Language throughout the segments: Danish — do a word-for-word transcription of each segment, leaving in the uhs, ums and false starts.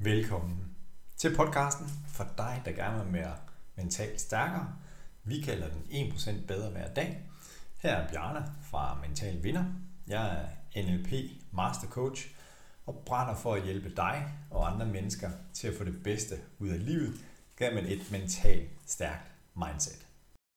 Velkommen til podcasten for dig, der gerne vil være mentalt stærkere. Vi kalder den en procent bedre hver dag. Her er Bjarne fra Mental Vinder. Jeg er N L P Master Coach og brænder for at hjælpe dig og andre mennesker til at få det bedste ud af livet gennem et mentalt stærkt mindset.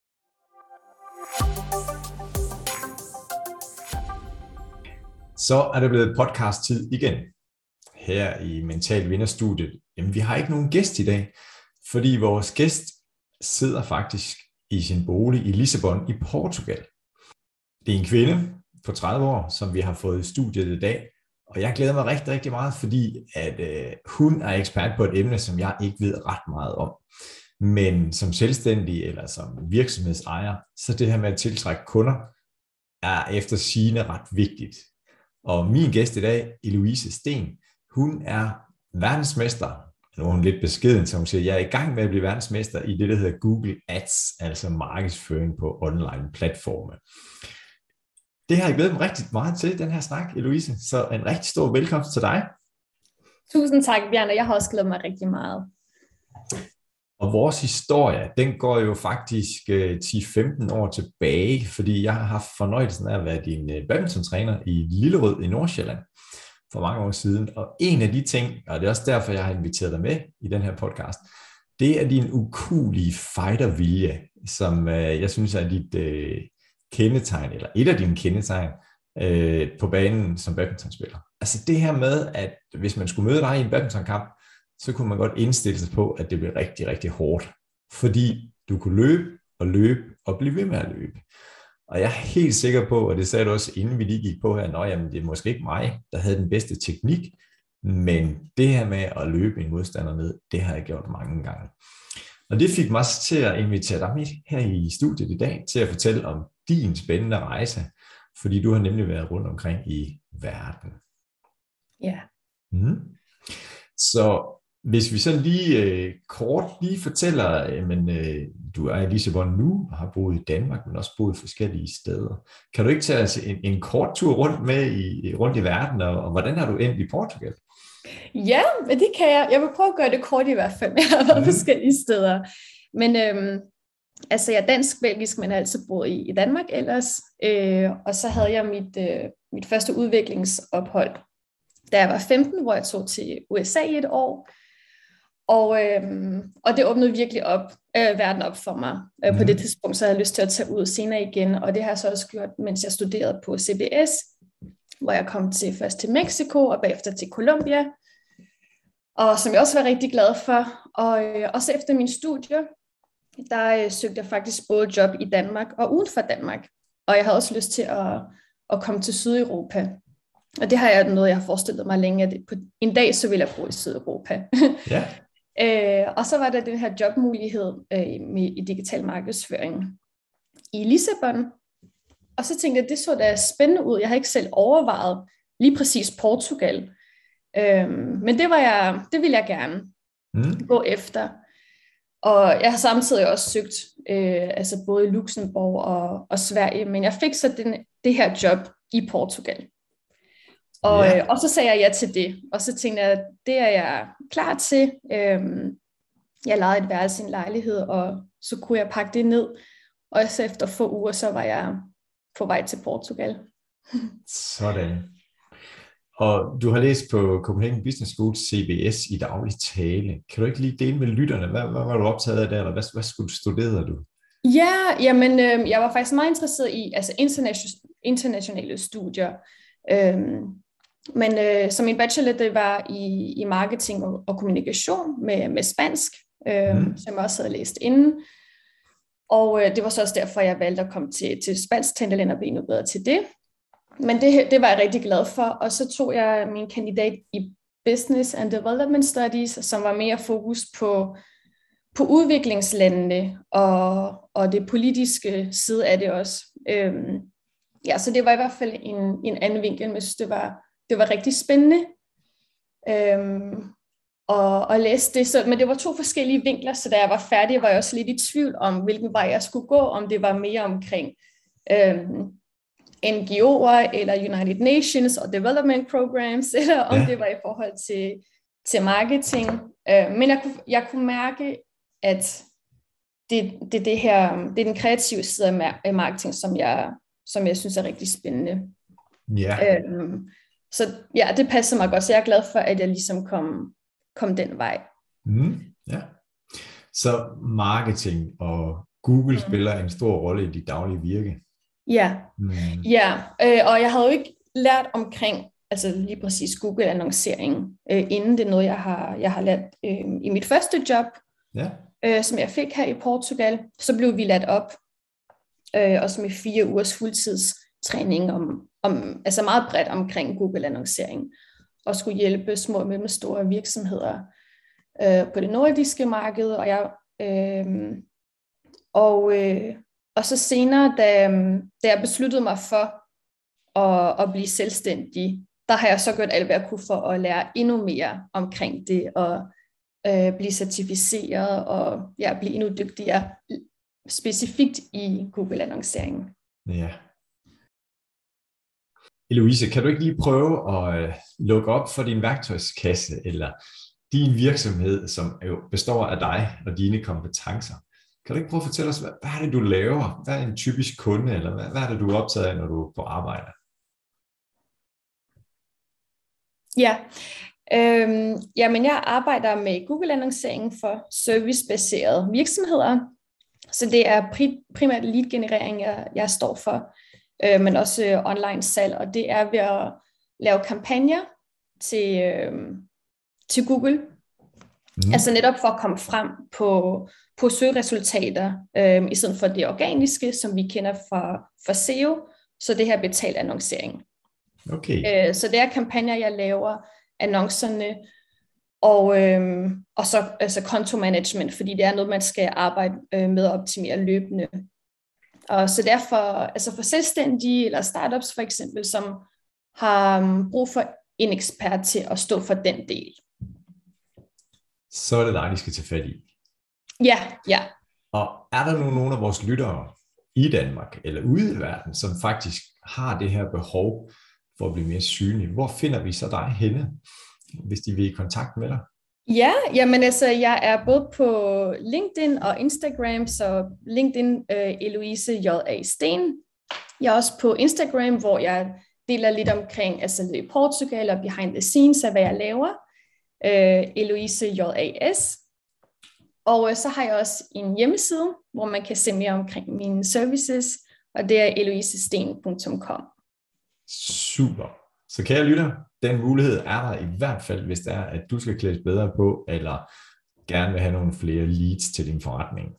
Så er det blevet podcast-tid igen. Her i Mental Vinder-studiet. Jamen, vi har ikke nogen gæst i dag, fordi vores gæst sidder faktisk i sin bolig i Lissabon i Portugal. Det er en kvinde på tredive år, som vi har fået i studiet i dag, og jeg glæder mig rigtig, rigtig meget, fordi at øh, hun er ekspert på et emne, som jeg ikke ved ret meget om. Men som selvstændig eller som virksomhedsejer, så det her med at tiltrække kunder, er efter sigende ret vigtigt. Og min gæst i dag, Eloise Steen, hun er verdensmester. Nu er hun lidt beskeden, så hun siger, jeg er i gang med at blive verdensmester i det, der hedder Google Ads, altså markedsføring på online platforme. Det har jeg glædet mig rigtig meget til, den her snak, Eloise. Så en rigtig stor velkomst til dig. Tusind tak, Bjarne. Jeg har også glædet mig rigtig meget. Og vores historie, den går jo faktisk ti til femten år tilbage, fordi jeg har haft fornøjelsen af at være din badmintontræner i Lillerød i Nordsjælland for mange år siden. Og en af de ting, og det er også derfor, jeg har inviteret dig med i den her podcast, det er din ukuelige fightervilje, som øh, jeg synes er dit øh, kendetegn, eller et af dine kendetegn øh, på banen som badmintonspiller. Altså det her med, at hvis man skulle møde dig i en badmintonkamp, så kunne man godt indstille sig på, at det blev rigtig, rigtig hårdt. Fordi du kunne løbe og løbe og blive ved med at løbe. Og jeg er helt sikker på, og det sagde du også, inden vi lige gik på her, at det er måske ikke mig, der havde den bedste teknik, men det her med at løbe en modstander ned, det har jeg gjort mange gange. Og det fik mig til at invitere dig med her i studiet i dag, til at fortælle om din spændende rejse, fordi du har nemlig været rundt omkring i verden. Ja. Mm. Så hvis vi så lige øh, kort lige fortæller, øh, men øh, du er i Lissabon nu, og har boet i Danmark, men også boet forskellige steder. Kan du ikke tage os en, en kort tur rundt med i, rundt i verden, og, og hvordan har du endt i Portugal? Ja, men det kan jeg. Jeg vil prøve at gøre det kort i hvert fald. Jeg har været mm. forskellige steder. Men øhm, altså, jeg er dansk-belgisk, men har altid boet i, i Danmark ellers. Øh, og så havde jeg mit, øh, mit første udviklingsophold, da jeg var femten, hvor jeg tog til U S A i et år. Og, øhm, og det åbnede virkelig op, øh, verden op for mig. Øh, mm. På det tidspunkt, så havde jeg lyst til at tage ud senere igen, og det har jeg så også gjort, mens jeg studerede på C B S, hvor jeg kom til først til Mexico, og bagefter til Colombia, og som jeg også var rigtig glad for. Og øh, også efter min studier, der øh, søgte jeg faktisk både job i Danmark og uden for Danmark. Og jeg havde også lyst til at, at komme til Sydeuropa. Og det har jeg noget, jeg har forestillet mig længe, at på en dag, så vil jeg bo i Sydeuropa. Ja. Øh, og så var der den her jobmulighed øh, med, i digital markedsføring i Lissabon. Og så tænkte jeg, det så da spændende ud. Jeg har ikke selv overvejet lige præcis Portugal. Øh, men det, var jeg, det ville jeg gerne mm. gå efter. Og jeg har samtidig også søgt øh, altså både i Luxembourg og, og Sverige. Men jeg fik så den, det her job i Portugal. Og, yeah. øh, og så sagde jeg ja til det, og så tænkte jeg, det er jeg klar til. Øhm, jeg lejede et værelse i en lejlighed, og så kunne jeg pakke det ned, og så efter få uger, så var jeg på vej til Portugal. Sådan. Og du har læst på Copenhagen Business School C B S i daglig tale. Kan du ikke lige dele med lytterne, hvad, hvad var du optaget af der, eller hvad, hvad skulle du studere du? Ja, jamen, øh, jeg var faktisk meget interesseret i altså internationale, internationale studier. Øhm, Men øh, så min bachelor, det var i, i marketing og, og kommunikation med, med spansk, øh, mm. som jeg også havde læst inden. Og øh, det var så også derfor, jeg valgte at komme til, til spansk Tænderland og blive endnu bedre til det. Men det, det var jeg rigtig glad for. Og så tog jeg min kandidat i Business and Development Studies, som var mere fokus på, på udviklingslandene og, og det politiske side af det også. Øh, ja, så det var i hvert fald en, en anden vinkel, men jeg synes, det var Det var rigtig spændende øhm, at, at læse det, så, men det var to forskellige vinkler, så da jeg var færdig, var jeg også lidt i tvivl om, hvilken vej jeg skulle gå, om det var mere omkring øhm, N G O'er eller United Nations og Development Programs, eller om ja. det var i forhold til, til marketing, øh, men jeg kunne, jeg kunne mærke, at det, det, det, her, det er den kreative side af marketing, som jeg, som jeg synes er rigtig spændende. Ja. Øhm, så ja, det passer mig godt, så jeg er glad for, at jeg ligesom kom, kom den vej. Mm, ja. Så marketing og Google mm. spiller en stor rolle i dit daglige virke. Ja, mm. ja. Øh, og jeg havde jo ikke lært omkring altså lige præcis Google-annoncering, øh, inden det er noget, jeg har, jeg har lært øh, i mit første job, ja. øh, som jeg fik her i Portugal. Så blev vi lært op, øh, også med fire ugers fuldtidstræning, om, om, altså meget bredt omkring Google-annoncering, og skulle hjælpe små og mellemstore virksomheder øh, på det nordiske marked. Og, jeg, øh, og, øh, og så senere, da, da jeg besluttede mig for at, at blive selvstændig, der har jeg så gjort alt, hvad jeg kunne for at lære endnu mere omkring det, og øh, blive certificeret, og ja, blive endnu dygtigere, specifikt i Google-annonceringen. Ja. Eloise, kan du ikke lige prøve at øh, lukke op for din værktøjskasse, eller din virksomhed, som jo består af dig og dine kompetencer? Kan du ikke prøve at fortælle os, hvad, hvad er det, du laver? Hvad er en typisk kunde, eller hvad, hvad er det, du er optaget af, når du er på arbejde? Ja, øhm, jamen jeg arbejder med Google-annoncering for servicebaserede virksomheder, så det er pri- primært lead-generering, jeg, jeg står for, øh, men også øh, online salg, og det er ved at lave kampagner til, øh, til Google, mm. altså netop for at komme frem på, på søgeresultater, øh, i stedet for det organiske, som vi kender fra, fra S E O, så det her betalt annoncering. Okay. Øh, så det er kampagner, jeg laver, annoncerne, og, øh, og så altså kontomanagement, fordi det er noget, man skal arbejde øh, med at optimere løbende. Og så derfor, altså for selvstændige eller startups for eksempel, som har um, brug for en ekspert til at stå for den del. Så er det dig, de skal tage fat i. Ja, ja. Og er der nu nogle af vores lyttere i Danmark eller ude i verden, som faktisk har det her behov for at blive mere synlig? Hvor finder vi så dig henne, hvis de vil i kontakt med dig? Ja, jamen altså, jeg er både på LinkedIn og Instagram, så LinkedIn uh, Eloise J A Steen. Jeg er også på Instagram, hvor jeg deler lidt omkring altså lidt i Portugal og behind the scenes af, hvad jeg laver. Uh, Eloise J A S. Og uh, så har jeg også en hjemmeside, hvor man kan se mere omkring mine services, og det er eloisesten punktum com. Super. Så kære lytter, den mulighed er der i hvert fald, hvis det er, at du skal klædes bedre på, eller gerne vil have nogle flere leads til din forretning.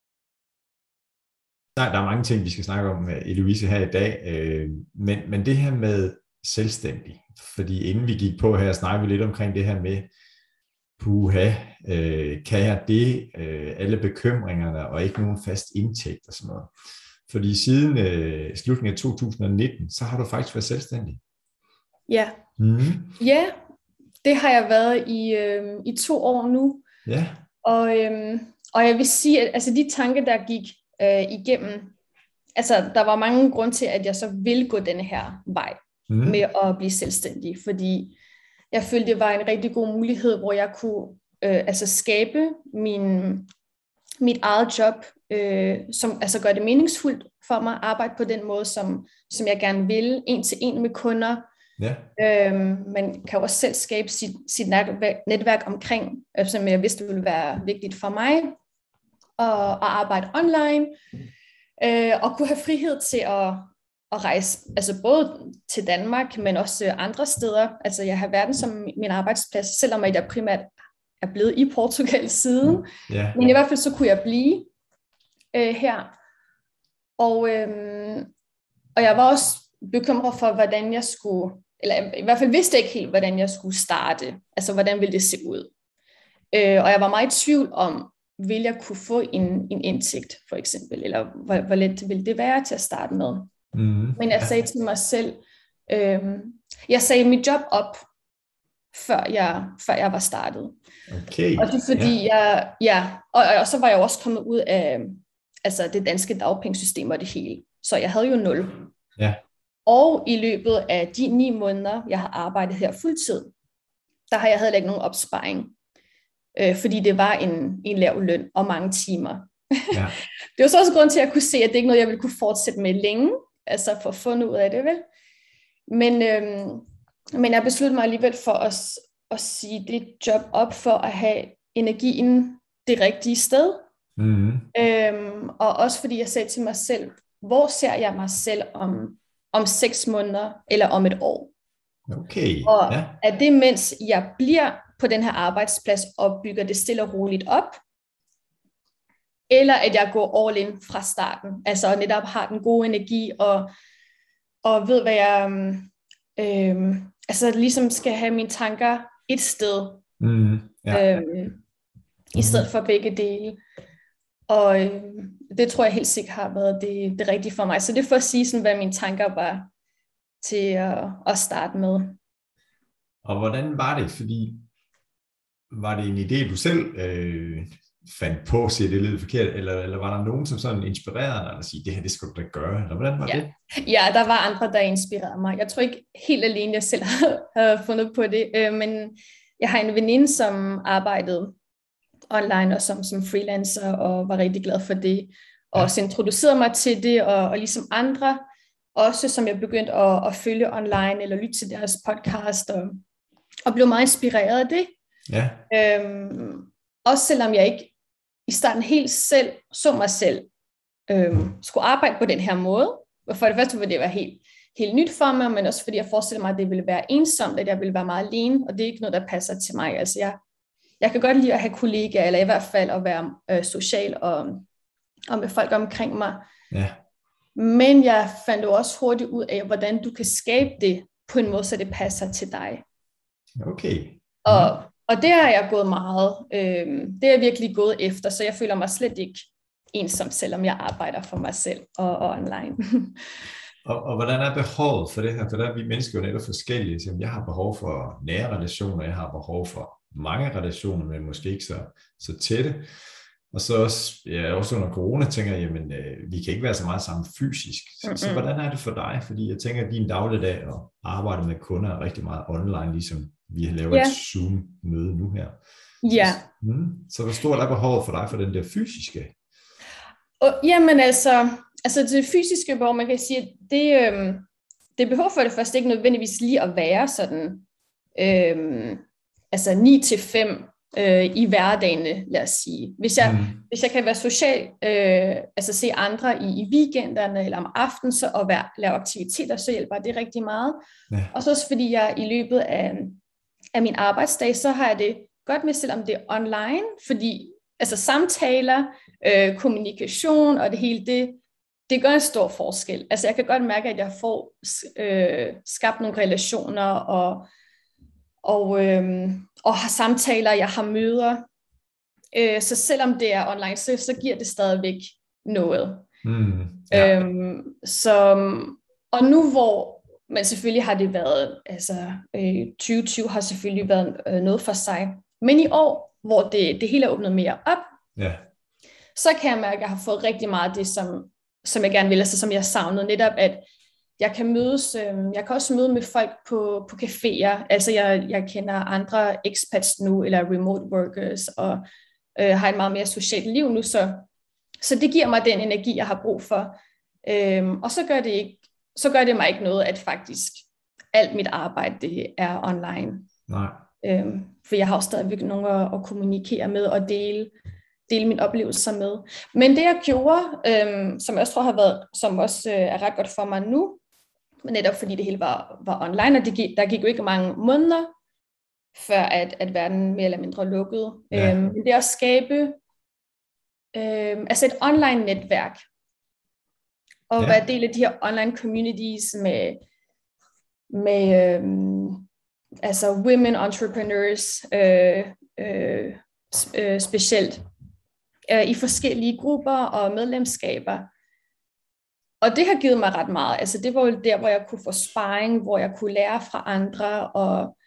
Der, der er mange ting, vi skal snakke om med Eloise her i dag, øh, men, men det her med selvstændig, fordi inden vi gik på her, snakkede vi lidt omkring det her med, puha, øh, kan jeg det, øh, alle bekymringerne, og ikke nogen fast indtægt og sådan noget. Fordi siden øh, slutningen af to tusind nitten, så har du faktisk været selvstændig. Ja, mm-hmm. ja, det har jeg været i, øh, i to år nu. Ja. Og, øh, og jeg vil sige, at altså, de tanker, der gik øh, igennem, altså der var mange grunde til, at jeg så ville gå denne her vej mm-hmm. med at blive selvstændig, fordi jeg følte, det var en rigtig god mulighed, hvor jeg kunne øh, altså skabe min, mit eget job, øh, som altså gør det meningsfuldt for mig at arbejde på den måde, som, som jeg gerne vil, en til en med kunder. Ja. Øhm, man kan også selv skabe sit, sit netværk omkring, som jeg vidste ville være vigtigt for mig, og, og arbejde online, øh, og kunne have frihed til at, at rejse, altså både til Danmark, men også andre steder. Altså jeg har verden som min arbejdsplads, selvom jeg primært er blevet i Portugal siden, yeah. Men i hvert fald så kunne jeg blive øh, her. Og, øh, og jeg var også bekymret for, hvordan jeg skulle, eller i hvert fald vidste jeg ikke helt, hvordan jeg skulle starte. Altså, hvordan ville det se ud? Øh, og jeg var meget i tvivl om, vil jeg kunne få en, en indtægt, for eksempel, eller hvor, hvor let ville det være til at starte med. Mm. Men jeg sagde til mig selv, øh, jeg sagde mit job op, før jeg, før jeg var startet. Okay. Og det er fordi, yeah. jeg, ja, og, og så var jeg også kommet ud af altså det danske dagpengesystem og det hele. Så jeg havde jo nul. Ja. Og i løbet af de ni måneder, jeg har arbejdet her fuldtid, der har jeg heller ikke nogen opsparing, øh, fordi det var en, en lav løn og mange timer. Ja. Det var så også grund til, at jeg kunne se, at det ikke er noget, jeg ville kunne fortsætte med længe, altså for at få noget ud af det, vel? Men, øhm, men jeg besluttede mig alligevel for at, at sige det job op, for at have energien det rigtige sted. Mm-hmm. Øhm, og også fordi jeg sagde til mig selv, hvor ser jeg mig selv om, om seks måneder eller om et år? Okay. Og ja. er det, mens jeg bliver på den her arbejdsplads og bygger det stille og roligt op, eller at jeg går all in fra starten, altså netop har den gode energi og, og ved, hvad jeg øh, altså ligesom skal have mine tanker et sted, mm, ja. øh, i stedet for begge dele. Og øh, det tror jeg helt sikkert har været det, det rigtige for mig. Så det er for at sige, sådan, hvad mine tanker var til at, at starte med. Og hvordan var det? Fordi var det en idé, du selv øh, fandt på at sige det lidt forkert, eller, eller var der nogen, som sådan inspirerede dig, eller sige, det her, det skulle du da gøre, eller hvordan var ja. det? Ja, der var andre, der inspirerede mig. Jeg tror ikke helt alene, jeg selv havde fundet på det, øh, men jeg har en veninde, som arbejdede online og som, som freelancer, og var rigtig glad for det, og ja. også introducerede mig til det, og, og ligesom andre, også som jeg begyndte at, at følge online, eller lytte til deres podcast, og, og blev meget inspireret af det. Ja. Øhm, også selvom jeg ikke i starten helt selv så mig selv øhm, skulle arbejde på den her måde. For det første ville det være helt, helt nyt for mig, men også fordi jeg forestiller mig, at det ville være ensomt, at jeg ville være meget alene, og det er ikke noget, der passer til mig. Altså jeg, jeg kan godt lide at have kollegaer, eller i hvert fald at være øh, social og, og med folk omkring mig. Ja. Men jeg fandt jo også hurtigt ud af, hvordan du kan skabe det på en måde, så det passer til dig. Okay. Mm. Og Og det har jeg gået meget, øh, det er jeg virkelig gået efter, så jeg føler mig slet ikke ensom, selvom jeg arbejder for mig selv og, og online. og, og hvordan er behovet for det her? For der er vi mennesker jo netop forskellige. Så jeg har behov for nære relationer, jeg har behov for mange relationer, men måske ikke så, så tætte. Og så også, ja, også under corona tænker jeg, jamen øh, vi kan ikke være så meget sammen fysisk. Så, så hvordan er det for dig? Fordi jeg tænker, at din dagligdag og arbejde med kunder er rigtig meget online, ligesom vi laver yeah. et Zoom-møde nu her. Ja. Så, mm, så hvor stort er behovet for dig for den der fysiske? Og, jamen altså, altså det fysiske behov, man kan sige, det, øhm, det behov for det første ikke nødvendigvis lige at være sådan, øhm, altså ni til fem øh, i hverdagene, lad os sige. Hvis jeg, mm. hvis jeg kan være social, øh, altså se andre i, i weekenderne eller om aftenen, så og være, lave aktiviteter, så hjælper det rigtig meget. Ja. Og så også fordi jeg i løbet af af min arbejdsdag, så har jeg det godt med, selvom det er online, fordi altså samtaler, øh, kommunikation og det hele, det, det gør en stor forskel. Altså jeg kan godt mærke, at jeg får øh, skabt nogle relationer, og, og, øh, og har samtaler, jeg har møder. Øh, så selvom det er online, så, så giver det stadigvæk noget. Mm, ja. øhm, så, og nu hvor men selvfølgelig har det været, altså øh, tyve tyve har selvfølgelig været øh, noget for sig. Men i år, hvor det, det hele er åbnet mere op, yeah. så kan jeg mærke, at jeg har fået rigtig meget af det, som, som jeg gerne vil, altså som jeg savnede. Netop, at jeg kan mødes, øh, jeg kan også møde med folk på, på caféer. Altså jeg, jeg kender andre expats nu, eller remote workers, og øh, har et meget mere socialt liv nu. Så, så det giver mig den energi, jeg har brug for. Øh, og så gør det ikke så gør det mig ikke noget, at faktisk alt mit arbejde det er online. Nej. Øhm, for jeg har også stadigvæk nogen at, at kommunikere med og dele, dele mine oplevelser med. Men det jeg gjorde, øhm, som jeg også tror har været, som også øh, er ret godt for mig nu, netop fordi det hele var, var online, og det gik, der gik jo ikke mange måneder, før at, at verden mere eller mindre lukkede. Ja. Øhm, men det er at skabe øhm, altså et online netværk, og ja. være del af de her online communities med, med øhm, altså women entrepreneurs øh, øh, øh, specielt øh, i forskellige grupper og medlemskaber. Og det har givet mig ret meget. Altså det var jo der, hvor jeg kunne få sparring, hvor jeg kunne lære fra andre, og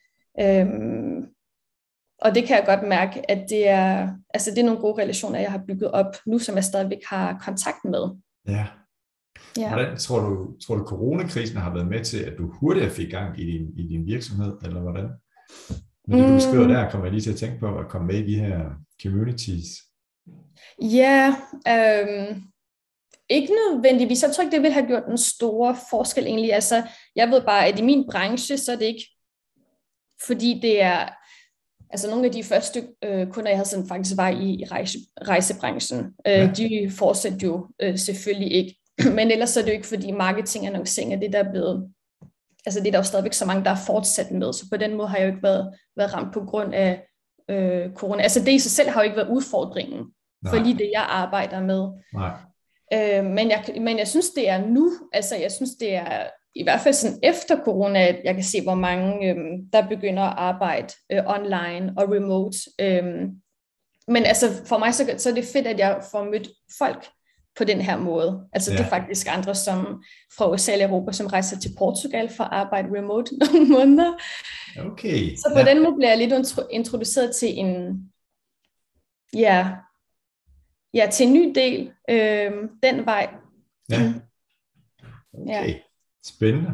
øhm, og det kan jeg godt mærke, at det er, altså det er nogle gode relationer, jeg har bygget op nu, som jeg stadigvæk har kontakt med. Ja. Ja. Hvordan tror du, tror du, coronakrisen har været med til, at du hurtigere fik gang i din, i din virksomhed, eller hvordan? Med det, du beskriver Mm, der, kommer jeg lige til at tænke på at komme med i de her communities. ja, øhm, ikke nødvendigvis. Jeg tror ikke, det ville have gjort en stor forskel egentlig. Altså, jeg ved bare, at i min branche, så er det ikke, fordi det er, altså nogle af de første øh, kunder, jeg havde sådan faktisk var i, i rejse, rejsebranchen. Ja, Øh, de fortsætter jo øh, selvfølgelig ikke. Men ellers er det jo ikke, fordi marketing og annoncering er det, der er blevet, altså det er der jo stadigvæk så mange, der er fortsat med. Så på den måde har jeg jo ikke været, været ramt på grund af øh, corona. Altså det i sig selv har jo ikke været udfordringen for nej, lige det, jeg arbejder med. nej. Øh, men, jeg, men jeg synes, det er nu, altså jeg synes, det er i hvert fald sådan efter corona, at jeg kan se, hvor mange øhm, der begynder at arbejde øh, online og remote. Øhm, men altså for mig, så, så er det fedt, at jeg får mødt folk på den her måde. Altså ja. Det er faktisk andre som fra U S A eller Europa, som rejser til Portugal for at arbejde remote nogle måneder. Okay. Så på Ja. den måde bliver jeg lidt introduceret til en, ja, ja, til en ny del, øh, den vej. Ja. Okay, ja. Spændende.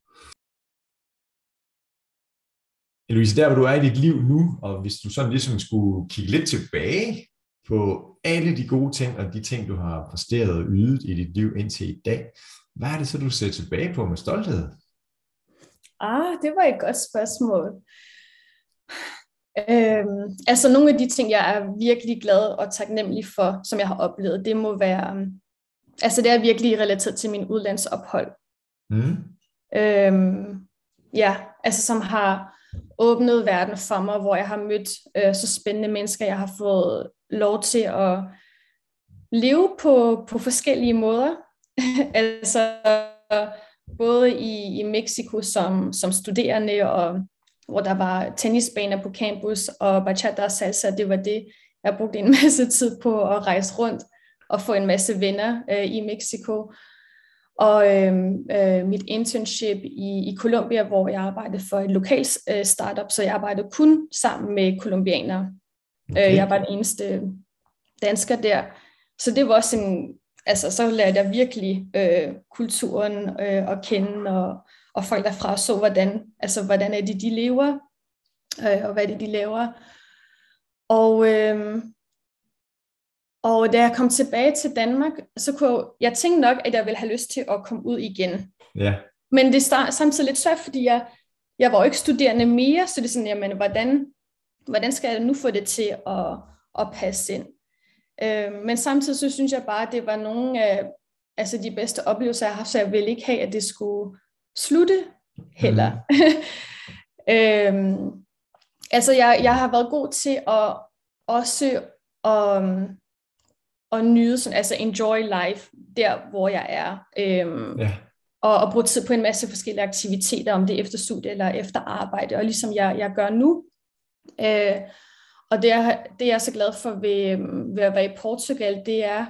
Louise, der hvor du er i dit liv nu, og hvis du sådan ligesom skulle kigge lidt tilbage på alle de gode ting, og de ting, du har præsteret og ydet i dit liv indtil i dag, hvad er det så, du ser tilbage på med stolthed? Ah, det var et godt spørgsmål. Øhm, altså nogle af de ting, jeg er virkelig glad og taknemmelig for, som jeg har oplevet, det må være, altså det er virkelig relateret til min udlandsophold. Mm. Øhm, ja, altså som har åbnet verden for mig, hvor jeg har mødt øh, så spændende mennesker, jeg har fået lov til at leve på, på forskellige måder. Altså både i, i Mexico som, som studerende, og hvor der var tennisbaner på campus, og bachata og salsa, det var det, jeg brugte en masse tid på at rejse rundt og få en masse venner øh, i Mexico. Og øh, øh, mit internship i, i Colombia, hvor jeg arbejdede for et lokalt øh, startup, så jeg arbejdede kun sammen med colombianere. Okay. Øh, jeg var den eneste dansker der. Så det var også en, altså så lærte jeg virkelig øh, kulturen øh, at kende, og, og folk derfra så, hvordan, altså, hvordan er det, de lever, øh, og hvad er det, de laver. Og, øh, og da jeg kom tilbage til Danmark, så kunne jeg, jeg tænkte nok, at jeg ville have lyst til at komme ud igen. Ja. Men det er samtidig lidt svært, fordi jeg, jeg var jo ikke studerende mere, så det er sådan, jamen, hvordan, hvordan skal jeg nu få det til at, at passe ind? Øh, men samtidig så synes jeg bare, at det var nogle af altså de bedste oplevelser, jeg har haft, så jeg ville ikke have, at det skulle slutte heller. Mm. øhm, altså jeg, jeg har været god til at også at, at nyde, sådan, altså enjoy life, der hvor jeg er. Øhm, ja. og, og bruge tid på en masse forskellige aktiviteter, om det er efter studie eller efter arbejde, og ligesom jeg, jeg gør nu. Øh, og det er, det er jeg så glad for ved, ved at være i Portugal, det er,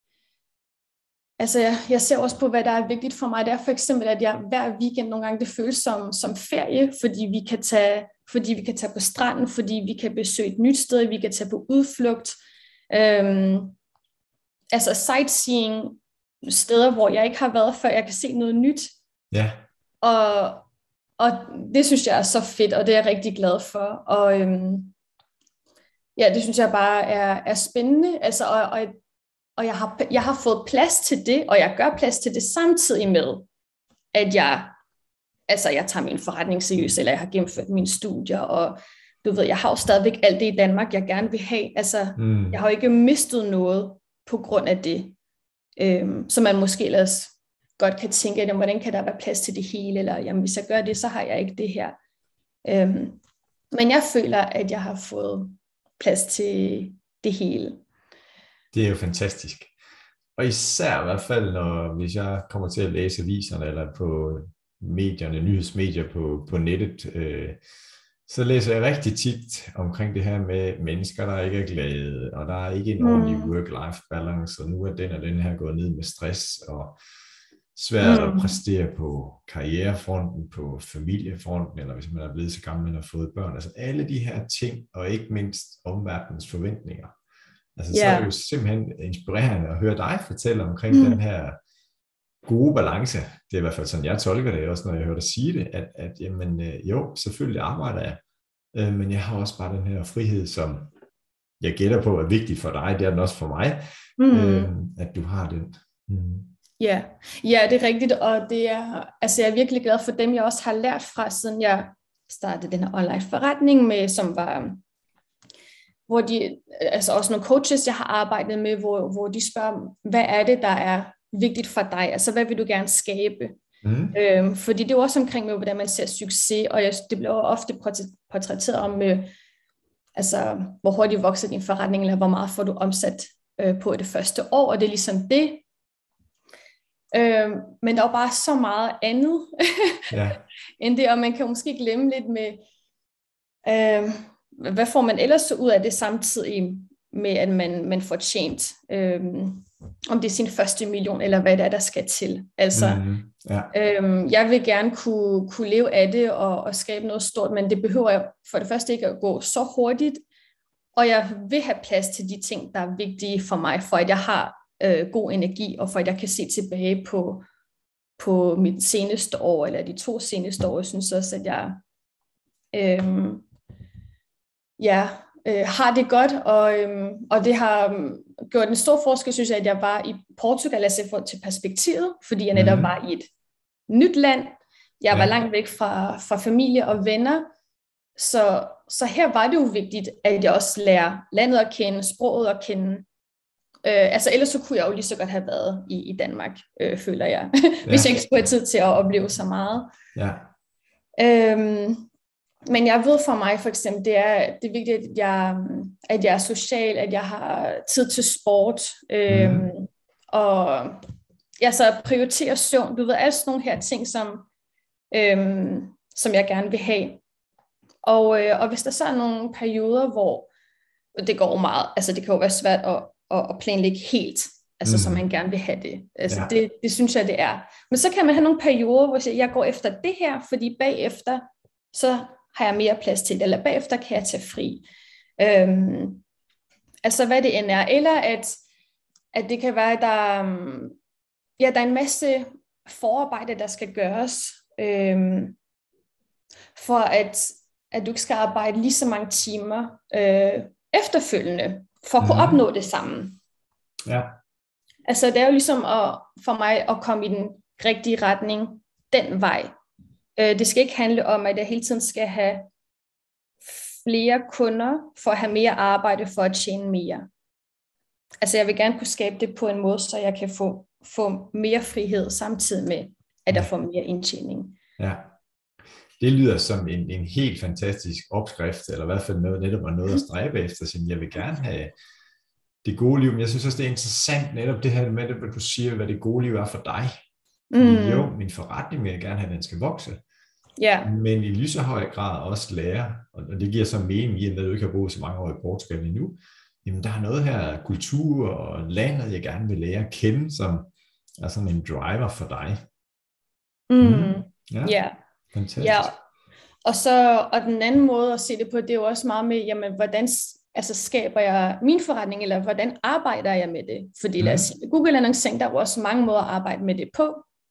altså jeg, jeg ser også på, hvad der er vigtigt for mig. Det er for eksempel, at jeg hver weekend nogle gange, det føles som, som ferie, fordi vi kan tage, fordi vi kan tage på stranden, fordi vi kan besøge et nyt sted, vi kan tage på udflugt. Øhm, altså sightseeing, steder, hvor jeg ikke har været før, jeg kan se noget nyt. Ja. Og, og det synes jeg er så fedt, og det er jeg rigtig glad for. Og øhm, ja, det synes jeg bare er, er spændende. Altså, og, og, og jeg, har, jeg har fået plads til det, og jeg gør plads til det samtidig med, at jeg, altså, jeg tager min forretning seriøst, eller jeg har gennemført mine studier, og du ved, jeg har jo stadigvæk alt det i Danmark, jeg gerne vil have. Altså, mm. jeg har jo ikke mistet noget på grund af det. Øhm, så man måske ellers godt kan tænke, at hvordan kan der være plads til det hele, eller jamen, hvis jeg gør det, så har jeg ikke det her. Øhm, men jeg føler, at jeg har fået plads til det hele. Det er jo fantastisk. Og især i hvert fald, når, hvis jeg kommer til at læse aviserne, eller på medierne, nyhedsmedier på, på nettet, øh, så læser jeg rigtig tit omkring det her med mennesker, der ikke er glade, og der er ikke en ordentlig mm. work-life balance, og nu er den og den her gået ned med stress, og svært mm. at præstere på karrierefronten, på familiefronten, eller hvis man er blevet så gammel, man har fået børn. Altså alle de her ting, og ikke mindst omverdenens forventninger. Altså yeah. så er det jo simpelthen inspirerende at høre dig fortælle omkring mm. den her gode balance. Det er i hvert fald sådan, jeg tolker det også, når jeg hører dig sige det, at, at jamen, jo, selvfølgelig arbejder jeg, øh, men jeg har også bare den her frihed, som jeg gætter på er vigtig for dig, det er den også for mig, Mm. øh, at du har den. Mm. Ja, ja, det er rigtigt, og det er, altså jeg er virkelig glad for dem, jeg også har lært fra, siden jeg startede den her online forretning med, som var, hvor de, altså også nogle coaches, jeg har arbejdet med, hvor, hvor de spørger, hvad er det, der er vigtigt for dig? Altså, hvad vil du gerne skabe? Mm. Øhm, fordi det er jo også omkring med, hvordan man ser succes, og jeg, det bliver ofte portrætteret om, øh, altså, hvor hurtigt vokser din forretning, eller hvor meget får du omsat øh, på det første år, og det er ligesom det. Øhm, men der er jo bare så meget andet Ja. end det, og man kan måske glemme lidt med, øh, hvad får man ellers ud af det samtidig med, at man, man får tjent, øh, om det er sin første million, eller hvad det er, der skal til. Altså, mm, ja. øh, jeg vil gerne kunne, kunne leve af det og, og skabe noget stort, men det behøver jeg for det første ikke at gå så hurtigt, og jeg vil have plads til de ting, der er vigtige for mig, for at jeg har øh, god energi, og for at jeg kan se tilbage på, på mit seneste år, eller de to seneste år. Jeg synes også, at jeg øh, ja, øh, har det godt, og, øh, og det har øh, gjort en stor forskel, synes jeg, at jeg var i Portugal, altså for til perspektivet, fordi jeg netop mm. var i et nyt land. Jeg var ja. langt væk fra, fra familie og venner, så, så her var det jo vigtigt, at jeg også lærer landet at kende, sproget at kende. Øh, altså ellers så kunne jeg jo lige så godt have været i, i Danmark, øh, føler jeg, ja. hvis jeg ikke skulle have tid til at opleve så meget. Ja. Øhm, men jeg ved for mig for eksempel, det er, det er vigtigt, at jeg, at jeg er social, at jeg har tid til sport, øhm, mm. og jeg så prioriterer søvn. Du ved, alle sådan nogle her ting, som, øhm, som jeg gerne vil have. Og, øh, og hvis der så er nogle perioder, hvor det går meget, altså det kan jo være svært at, at, at planlægge helt, altså mm. som man gerne vil have det. Altså ja. det, det synes jeg, det er. Men så kan man have nogle perioder, hvor jeg går efter det her, fordi bagefter, så har jeg mere plads til det, eller bagefter kan jeg tage fri. Øhm, altså hvad det end er. Eller at, at det kan være, at der, ja, der er en masse forarbejde, der skal gøres, øhm, for at, at du ikke skal arbejde lige så mange timer øh, efterfølgende, for at kunne mm. opnå det samme. Ja. Altså det er jo ligesom at, for mig at komme i den rigtige retning, den vej. Øh, det skal ikke handle om, at jeg hele tiden skal have flere kunder, for at have mere arbejde, for at tjene mere. Altså jeg vil gerne kunne skabe det på en måde, så jeg kan få, få mere frihed, samtidig med, at jeg får mere indtjening. Ja. Det lyder som en, en helt fantastisk opskrift, eller i hvert fald noget, netop noget at stræbe efter, som jeg vil gerne have det gode liv. Men jeg synes også, det er interessant netop det her med, at du siger, hvad det gode liv er for dig. Mm. Jo, min forretning vil jeg gerne have, at den skal vokse. Yeah. Men i lige så høj grad også lære, og det giver så mening i, at du ikke har boet så mange år i Portugal endnu, jamen der er noget her kultur og landet, jeg gerne vil lære at kende, som er sådan en driver for dig. Mm. Mm. Ja. Yeah. Fantastisk. Ja, og så og den anden måde at se det på, det er jo også meget med, jamen, hvordan altså, skaber jeg min forretning, eller hvordan arbejder jeg med det? Fordi mm. lad os sige, Google Annoncering, der er jo også mange måder at arbejde med det på.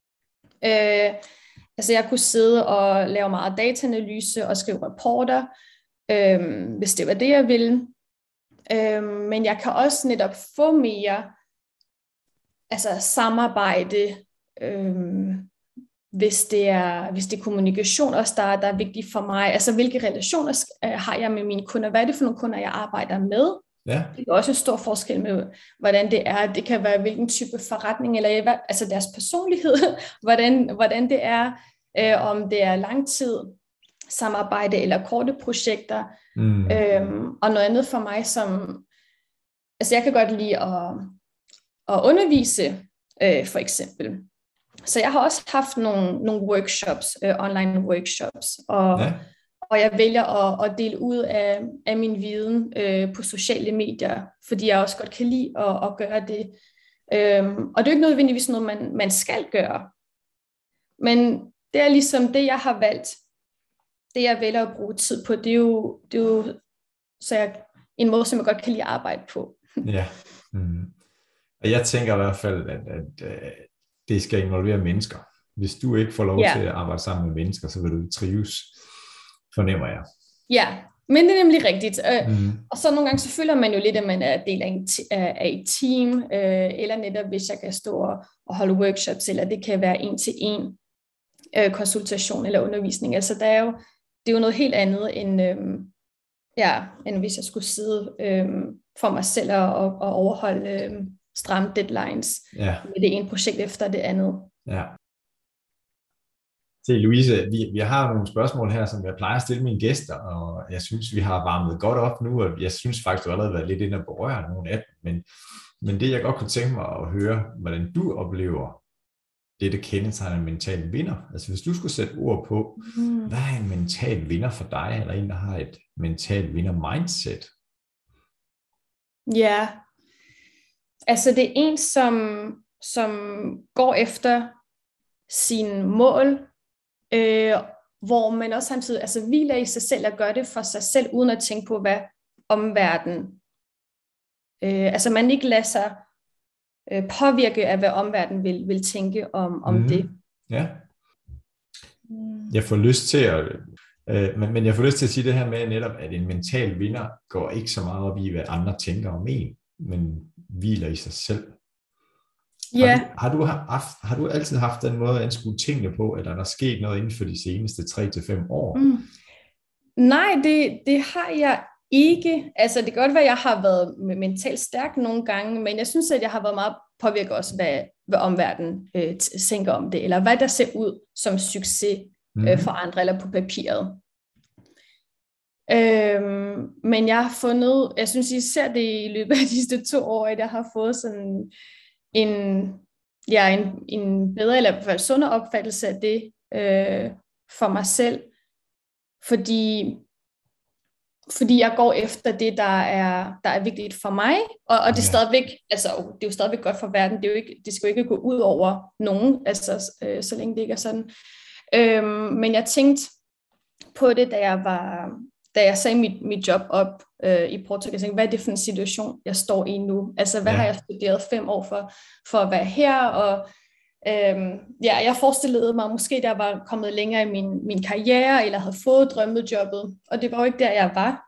Øh, altså jeg kunne sidde og lave meget dataanalyse og skrive rapporter, øh, hvis det var det, jeg ville. Øh, men jeg kan også netop få mere altså samarbejde, øh, Hvis det, er, hvis det er kommunikation også, der, der er vigtigt for mig. Altså, hvilke relationer har jeg med mine kunder? Hvad er det for nogle kunder, jeg arbejder med? Ja. Det er også en stor forskel med, hvordan det er. Det kan være, hvilken type forretning, eller altså deres personlighed, hvordan, hvordan det er, øh, om det er langtid samarbejde eller korte projekter. Mm. Øhm, og noget andet for mig, som... Altså, jeg kan godt lide at, at undervise, øh, for eksempel. Så jeg har også haft nogle, nogle workshops, øh, online workshops, og, ja. og jeg vælger at, at dele ud af, af min viden øh, på sociale medier, fordi jeg også godt kan lide at, at gøre det. Øhm, og det er jo ikke nødvendigvis noget, man, man skal gøre. Men det er ligesom det, jeg har valgt. Det, jeg vælger at bruge tid på, det er jo, det er jo så jeg, en måde, som jeg godt kan lide at arbejde på. Ja, mm. Og jeg tænker i hvert fald, at, at, at det skal involvere mennesker. Hvis du ikke får lov yeah. til at arbejde sammen med mennesker, så vil du trives, fornemmer jeg. Ja, Men det er nemlig rigtigt. Mm. Og så nogle gange så føler man jo lidt, at man er del af, en t- af et team, eller netop hvis jeg kan stå og holde workshops, eller det kan være en til en konsultation eller undervisning. Altså der er jo, det er jo noget helt andet, end, øhm, ja, end hvis jeg skulle sidde øhm, for mig selv og, og overholde øhm, stramme deadlines ja. med det ene projekt efter det andet. Ja. Se, Louise, vi, vi har nogle spørgsmål her, som jeg plejer at stille mine gæster, og jeg synes, vi har varmet godt op nu, og jeg synes faktisk, du allerede har været lidt inde og berøre nogle af dem, men, men det, jeg godt kunne tænke mig at høre, hvordan du oplever det, der kendetegner en mental vinder. Altså hvis du skulle sætte ord på, mm. hvad er en mental vinder for dig, eller en, der har et mental vinder-mindset? Ja, altså det er en, som, som går efter sine mål, øh, hvor man også samtidig altså, hviler i sig selv og gør det for sig selv, uden at tænke på, hvad omverdenen. Øh, altså man ikke lader sig øh, påvirke af, hvad omverdenen vil, vil tænke om, om mm. det. Ja. Jeg får lyst til at, øh, men, men jeg får lyst til at sige det her med netop, at en mental vinder går ikke så meget op i, hvad andre tænker om en, men hviler i sig selv. Ja. Har du, har, du haft, har du altid haft den måde at anskue tingene på, eller er der sket noget inden for de seneste tre til fem år? Mm. Nej, det, det har jeg ikke. Altså det kan godt være, at jeg har været mentalt stærk nogle gange, men jeg synes, at jeg har været meget påvirket også, hvad, hvad omverdenen øh, tænker om det, eller hvad der ser ud som succes mm. øh, for andre, eller på papiret. Øhm, men jeg har fundet, jeg synes især det i løbet af de sidste to år, at jeg har fået sådan en, ja, en, en bedre, eller i hvert fald sundere opfattelse af det øh, for mig selv, fordi fordi jeg går efter det, der er, der er vigtigt for mig, og, og det er stadigvæk, altså det er jo stadigvæk godt for verden, det, er jo ikke, det skal jo ikke gå ud over nogen, altså øh, så længe det ikke er sådan. Øhm, men jeg tænkte på det, da jeg var, da jeg sagde mit, mit job op øh, i Portugal, jeg tænkte, hvad er det for en situation, jeg står i nu? Altså, hvad ja. har jeg studeret fem år for, for at være her? Og øhm, ja, jeg forestillede mig måske, at jeg var kommet længere i min, min karriere, eller havde fået drømmet jobbet, og det var jo ikke der, jeg var.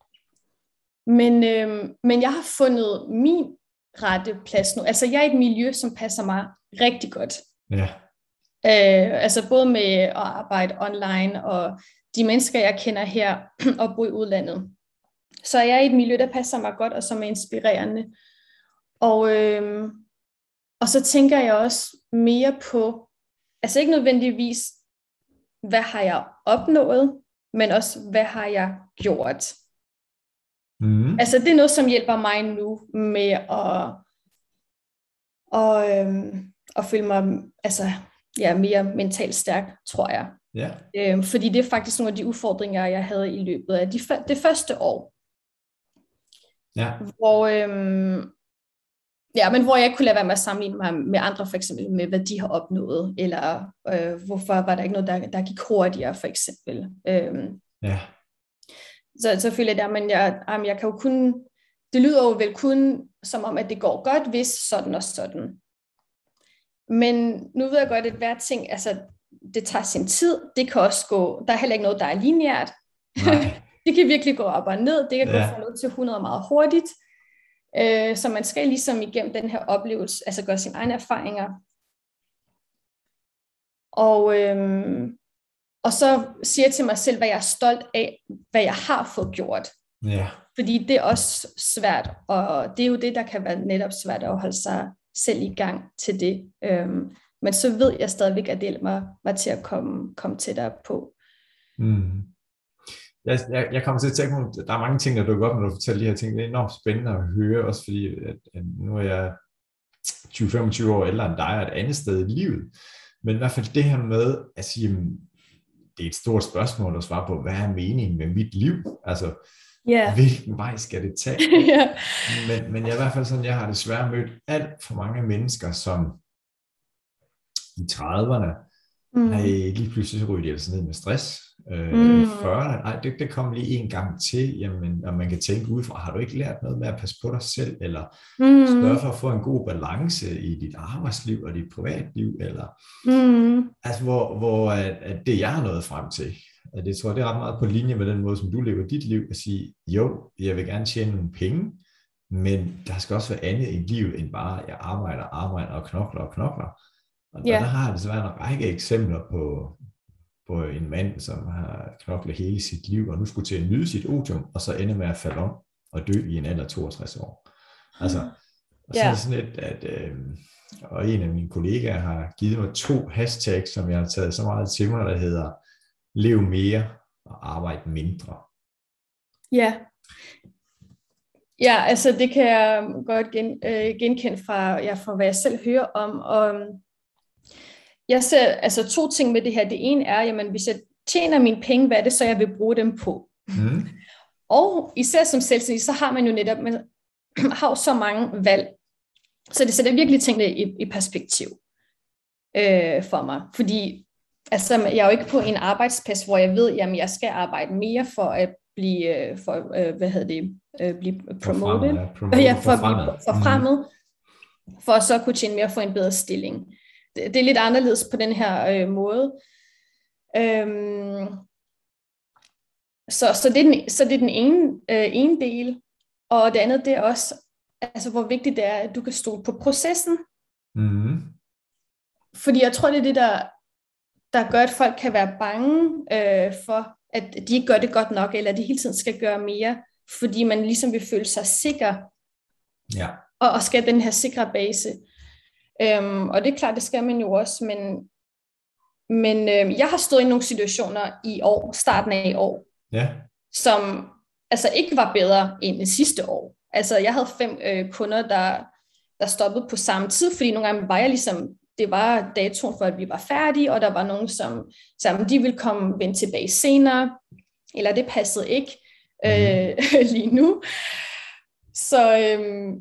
Men, øhm, men jeg har fundet min rette plads nu. Altså, jeg er i et miljø, som passer mig rigtig godt. Ja. Øh, altså, både med at arbejde online, og de mennesker, jeg kender her, og bo i udlandet. Så jeg er i et miljø, der passer mig godt, og som er inspirerende. Og, øhm, og så tænker jeg også mere på, altså ikke nødvendigvis, hvad har jeg opnået, men også, hvad har jeg gjort? Mm. Altså det er noget, som hjælper mig nu med at, og, øhm, at føle mig altså, ja, mere mentalt stærk, tror jeg. Yeah. Øhm, fordi det er faktisk nogle af de udfordringer, jeg havde i løbet af de, det første år. Ja. Hvor, øhm, ja, men hvor jeg ikke kunne lade være med at sammenligne mig med andre, for eksempel med, hvad de har opnået, eller øh, hvorfor var der ikke noget, der, der gik hurtigere, for eksempel. Øhm, ja. Så, så føler jeg der, men jeg, jamen, jeg kan jo kun, det lyder jo vel kun som om, at det går godt, hvis sådan og sådan. Men nu ved jeg godt, at hver ting, altså det tager sin tid, det kan også gå, der er heller ikke noget, der er lineært. Det kan virkelig gå op og ned, det kan ja. gå fra nul til hundrede meget hurtigt. Øh, så man skal ligesom igennem den her oplevelse, altså gøre sine egne erfaringer. Og, øhm, og så siger jeg til mig selv, hvad jeg er stolt af, hvad jeg har fået gjort. Ja. Fordi det er også svært, og det er jo det, der kan være netop svært at holde sig selv i gang til det. Øhm, men så ved jeg stadigvæk, at det hjælper mig, mig til at komme, komme tættere på. Mm. Jeg, jeg, jeg kommer til at tænke på, der er mange ting, der dukker op, når du fortæller de her ting. Det er enormt spændende at høre, også fordi at, at nu er jeg tyve til femogtyve år ældre end dig, og et andet sted i livet. Men i hvert fald det her med at sige, det er et stort spørgsmål at svare på, hvad er meningen med mit liv? Altså, yeah. hvilken vej skal det tage? yeah. men, men jeg er i hvert fald sådan, jeg har desværre mødt alt for mange mennesker, som i trediverne, mm. nej, lige pludselig så ryger de altså ned med stress. Øh, mm. I fyrrerne, nej, det, det kom lige en gang til, jamen, og man kan tænke udefra, har du ikke lært noget med at passe på dig selv, eller mm. sørge for at få en god balance i dit arbejdsliv og dit privatliv, eller, mm. altså, hvor, hvor at, at det jeg har nået frem til, at det tror jeg, det er ret meget på linje med den måde, som du lever dit liv, at sige, jo, jeg vil gerne tjene nogle penge, men der skal også være andet i livet, end bare, at jeg arbejder, arbejder og knokler og knokler. Og Ja. der har jeg desværre en række eksempler på, på en mand, som har knoklet hele sit liv, og nu skulle til at nyde sit otium, og så ende med at falde om og dø i en alder af toogtres år. Altså, og så er det sådan lidt, at øh, og en af mine kollegaer har givet mig to hashtags, som jeg har taget så meget til mig, der hedder lev mere og arbejde mindre. Ja. Ja, altså det kan jeg godt gen, øh, genkende fra, ja, fra, hvad jeg selv hører om. Og jeg ser altså to ting med det her. Det ene er, jamen hvis jeg tjener mine penge, hvad er det så, jeg vil bruge dem på? Mm. Og især som selvstændig, så har man jo netop, man har så mange valg. Så det sætter virkelig tingene i, i perspektiv øh, for mig. Fordi altså, jeg er jo ikke på en arbejdsplads, hvor jeg ved, jamen jeg skal arbejde mere for at blive, for, øh, hvad hedder det, øh, blive promoted. Ja, promoted ja, for at blive forfremmet. forfremmet, mm. for at så kunne tjene mere og få en bedre stilling. Det, det er lidt anderledes på den her øh, måde. Øhm, så, så, det er den, så det er den ene, øh, ene del, og det andet det er også, altså hvor vigtigt det er, at du kan stole på processen. Mm. Fordi jeg tror, det er det, der, der gør, at folk kan være bange øh, for, at de ikke gør det godt nok, eller at de hele tiden skal gøre mere, fordi man ligesom vil føle sig sikker, ja. og, og skal den her sikre base. Øhm, og det er klart, det skal man jo også, men, men øh, jeg har stået i nogle situationer i år, starten af i år, ja. som altså ikke var bedre end det sidste år. Altså jeg havde fem øh, kunder, der, der stoppede på samme tid, fordi nogle gange var jeg ligesom, det var datoen for, at vi var færdige, og der var nogen, som, som de ville komme vende tilbage senere, eller det passede ikke øh, mm. lige nu. Så, øh,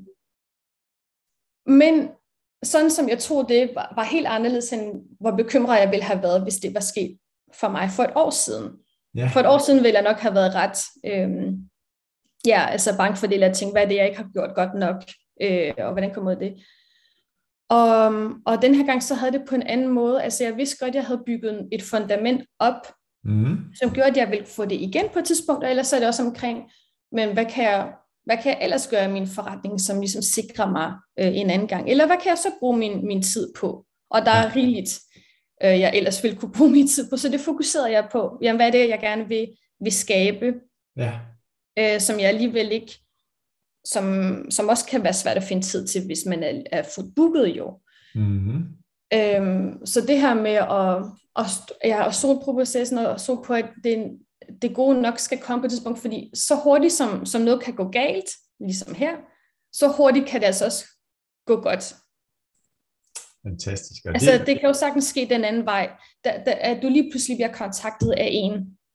men sådan som jeg tror, det var, var helt anderledes, end hvor bekymret jeg ville have været, hvis det var sket for mig for et år siden. Yeah. For et år siden ville jeg nok have været ret, øh, ja, altså bange for det, eller tænke, hvad er det, jeg ikke har gjort godt nok, øh, og hvordan kommer det? Og, og den her gang, så havde det på en anden måde, altså jeg vidste godt, at jeg havde bygget et fundament op, mm. som gjorde, at jeg ville få det igen på et tidspunkt, og ellers så er det også omkring, men hvad kan jeg, hvad kan jeg ellers gøre i min forretning, som ligesom sikrer mig øh, en anden gang? Eller hvad kan jeg så bruge min, min tid på? Og der er rigeligt, øh, jeg ellers ville kunne bruge min tid på, så det fokuserede jeg på. Jamen, hvad er det, jeg gerne vil, vil skabe, ja. øh, som jeg alligevel ikke, som, som også kan være svært at finde tid til, hvis man er, er fuldt booket jo. Mm-hmm. Øhm, så det her med at, at, ja, at stole på processen, og stole på, at det, det gode nok skal komme på et tidspunkt, fordi så hurtigt som, som noget kan gå galt, ligesom her, så hurtigt kan det altså også gå godt. Fantastisk. Og altså det... det kan jo sagtens ske den anden vej, da, da, at du lige pludselig bliver kontaktet af en,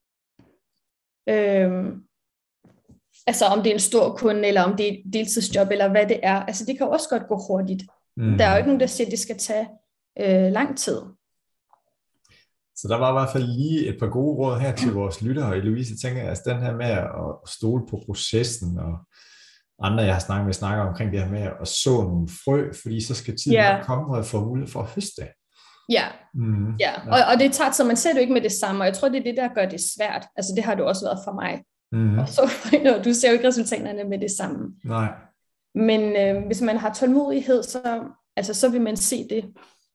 øhm, altså om det er en stor kunde, eller om det er et deltidsjob, eller hvad det er, altså det kan jo også godt gå hurtigt. Mm. Der er jo ikke nogen, der siger, at det skal tage øh, lang tid. Så der var i hvert fald lige et par gode råd her til vores lyttere, og Louise, tænker jeg, altså den her med at stole på processen, og andre, jeg har snakket med, snakker omkring det her med at så nogle frø, fordi så skal tiden yeah. nok komme, og jeg får mulighed for at høste. Ja, mm. ja. Og, og det tager, så man ser det jo ikke med det samme, og jeg tror, det er det, der gør det svært. Altså det har det også været for mig. Mm. Og så, du ser jo ikke resultaterne med det samme. Nej. Men øh, hvis man har tålmodighed, så, altså, så vil man se det.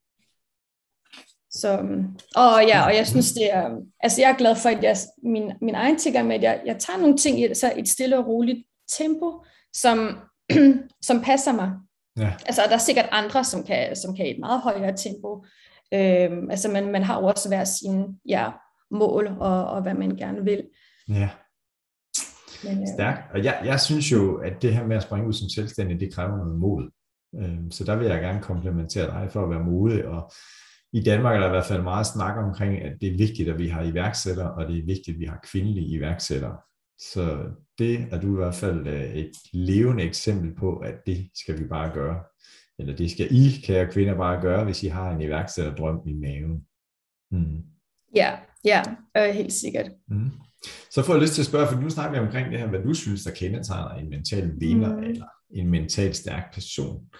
Så, og ja, og jeg synes det er, altså jeg er glad for, at jeg, min, min egen tilgang med, at jeg, jeg tager nogle ting i så et stille og roligt tempo, som, som passer mig. Ja. Altså der er sikkert andre, som kan, som kan i et meget højere tempo. Øhm, altså man, man har jo også hver sine ja, mål, og, og hvad man gerne vil. Ja. Men, øh, Stærkt. Og jeg, jeg synes jo, at det her med at springe ud som selvstændig, det kræver noget mod. Øhm, så der vil jeg gerne komplementere dig for at være modig, og i Danmark er der i hvert fald meget snak omkring, at det er vigtigt, at vi har iværksættere, og det er vigtigt, at vi har kvindelige iværksættere. Så det er du i hvert fald et levende eksempel på, at det skal vi bare gøre. Eller det skal I, kære kvinder, bare gøre, hvis I har en iværksætterdrøm i maven. Mm. Ja, ja, øh, helt sikkert. Mm. Så får jeg lyst til at spørge, for nu snakker vi omkring det her, hvad du synes, der kendetegner en mental vinder, mm. eller en mentalt stærk person.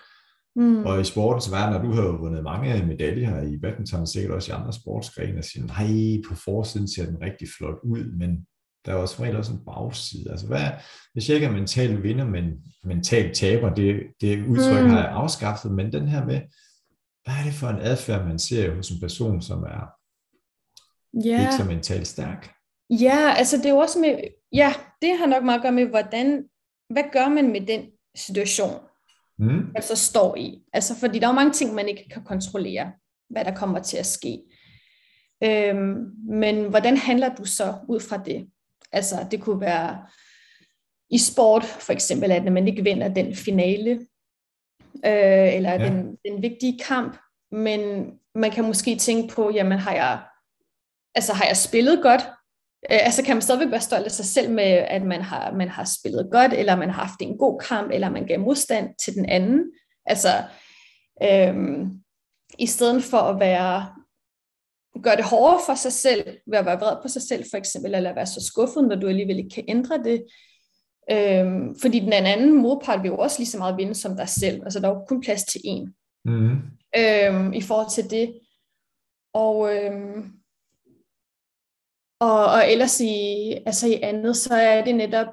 Mm. Og i sportens verden, og du har jo vundet mange medaljer i badminton, sikkert også i andre sportsgrene, og siger, nej, på forsiden ser den rigtig flot ud, men der er også som regel også en bagside. Altså, hvad, hvis jeg ikke er mental vinder, men mental taber, det, det udtryk Mm. har jeg afskaffet, men den her med, hvad er det for en adfærd, man ser hos en person, som er Ja. ikke så mentalt stærk? Ja, altså det er jo også med, ja, det har nok meget at gøre med, hvordan, hvad gør man med den situation, Mm. man så står i? Altså, fordi der er jo mange ting, man ikke kan kontrollere, hvad der kommer til at ske. Øhm, men hvordan handler du så ud fra det? Altså, det kunne være i sport, for eksempel, at man ikke vinder den finale, øh, eller Ja. den, den vigtige kamp, men man kan måske tænke på, jamen har jeg, altså, har jeg spillet godt? Øh, altså kan man stadigvæk være stolt af sig selv med, at man har, man har spillet godt, eller man har haft en god kamp, eller man gav modstand til den anden. Altså, øhm, i stedet for at være, gøre det hårdere for sig selv, ved at være vred på sig selv for eksempel, eller være så skuffet, når du alligevel ikke kan ændre det. Øhm, fordi den anden modpart vil jo også lige så meget vinde som dig selv. Altså der er jo kun plads til én. Mm. Øhm, i forhold til det. Og, øhm, og, og ellers i, altså i andet, så er det netop,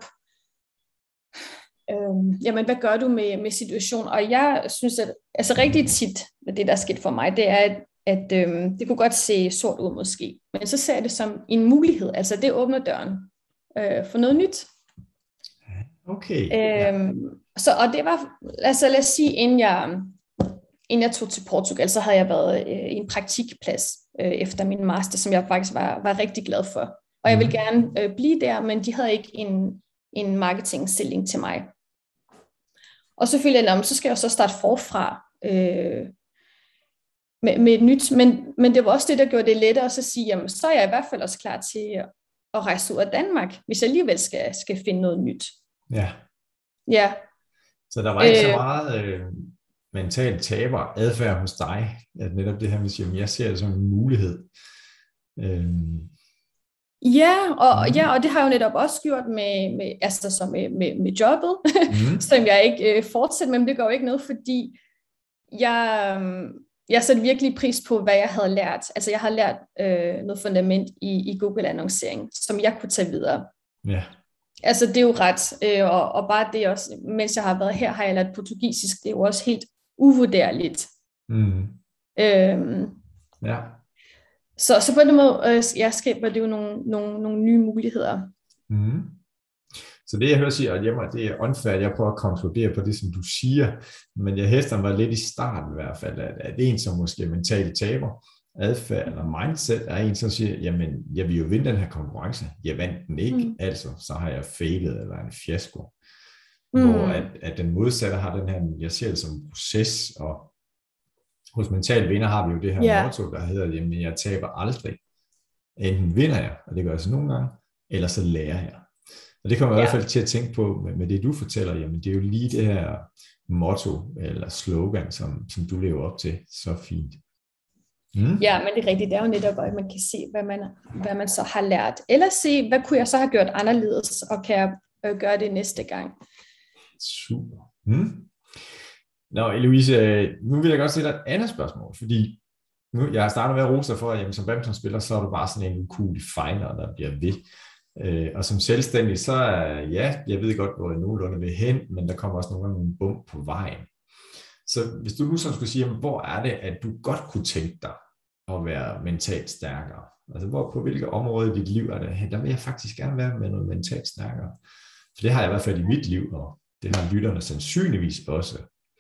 øhm, jamen hvad gør du med, med situationen? Og jeg synes, at altså rigtig tit, det der er sket for mig, det er, at, at øhm, det kunne godt se sort ud måske, men så ser jeg det som en mulighed, altså det åbner døren øh, for noget nyt. Okay. Øhm, ja. Så, og det var, altså lad os sige, inden jeg, inden jeg tog til Portugal, så havde jeg været øh, i en praktikplads øh, efter min master, som jeg faktisk var, var rigtig glad for. Og jeg ville gerne øh, blive der, men de havde ikke en, en marketingstilling til mig. Og så følte jeg, så skal jeg så starte forfra øh, med, med et nyt, men, men det var også det, der gjorde det lettere at så sige, jamen så er jeg i hvert fald også klar til at rejse ud af Danmark, hvis jeg alligevel skal, skal finde noget nyt. Ja. Ja. Så der var ikke øh, så meget øh, mental taber adfærd hos dig, at netop det her med, at jeg ser det som en mulighed. Øh. Ja, og, ja, og det har jeg jo netop også gjort med, med, altså, så med, med, med jobbet, mm. som jeg ikke øh, fortsætter med, men det gør jo ikke noget, fordi jeg, jeg satte virkelig pris på, hvad jeg havde lært. Altså jeg har lært øh, noget fundament i, i Google-annoncering, som jeg kunne tage videre. Ja. Altså det er jo ret, øh, og, og bare det også, mens jeg har været her, har jeg lært portugisisk, det er jo også helt uvurderligt. Mm. Øhm, ja. Så, så på den måde, øh, jeg skaber det jo nogle, nogle, nogle nye muligheder. Mm. Så det jeg hører sige, at hjemme, det er unfair, jeg prøver at konkludere på det, som du siger, men jeg hæfter mig lidt i starten i hvert fald, at, at en, som måske mentalt taber, adfærd eller mindset, er en, som siger, jamen, jeg vil jo vinde den her konkurrence, jeg vandt den ikke, mm. altså, så har jeg failet, eller en fiasko. Mm. Hvor at, at den modsatte har den her, jeg ser det som en proces, og hos mental vinder har vi jo det her yeah. motto, der hedder, jamen, jeg taber aldrig. Enten vinder jeg, og det gør jeg så nogle gange, eller så lærer jeg. Og det kommer jeg yeah. i hvert fald til at tænke på med, med det, du fortæller, jamen det er jo lige det her motto, eller slogan, som, som du lever op til, så fint. Mm. Ja, men det er rigtigt, det er jo netop, at man kan se, hvad man, hvad man så har lært, eller se, hvad kunne jeg så have gjort anderledes, og kan jeg øh, gøre det næste gang. Super. Mm. Nå, Eloise, nu vil jeg godt stille dig et andet spørgsmål, fordi nu, jeg har startet med at rose dig for, at jamen, som badmintonspiller, så er du bare sådan en ukulig fighter, der bliver ved. Øh, og som selvstændig, så er, ja, jeg ved godt, hvor jeg nogenlunde vil hen, men der kommer også nogle gange en bump på vejen. Så hvis du nu så skulle sige, jamen, hvor er det, at du godt kunne tænke dig at være mentalt stærkere? Altså, hvor, på hvilke områder i dit liv er det, der vil jeg faktisk gerne være med noget mentalt stærkere. For det har jeg i hvert fald i mit liv, og det har lytterne sandsynligvis også.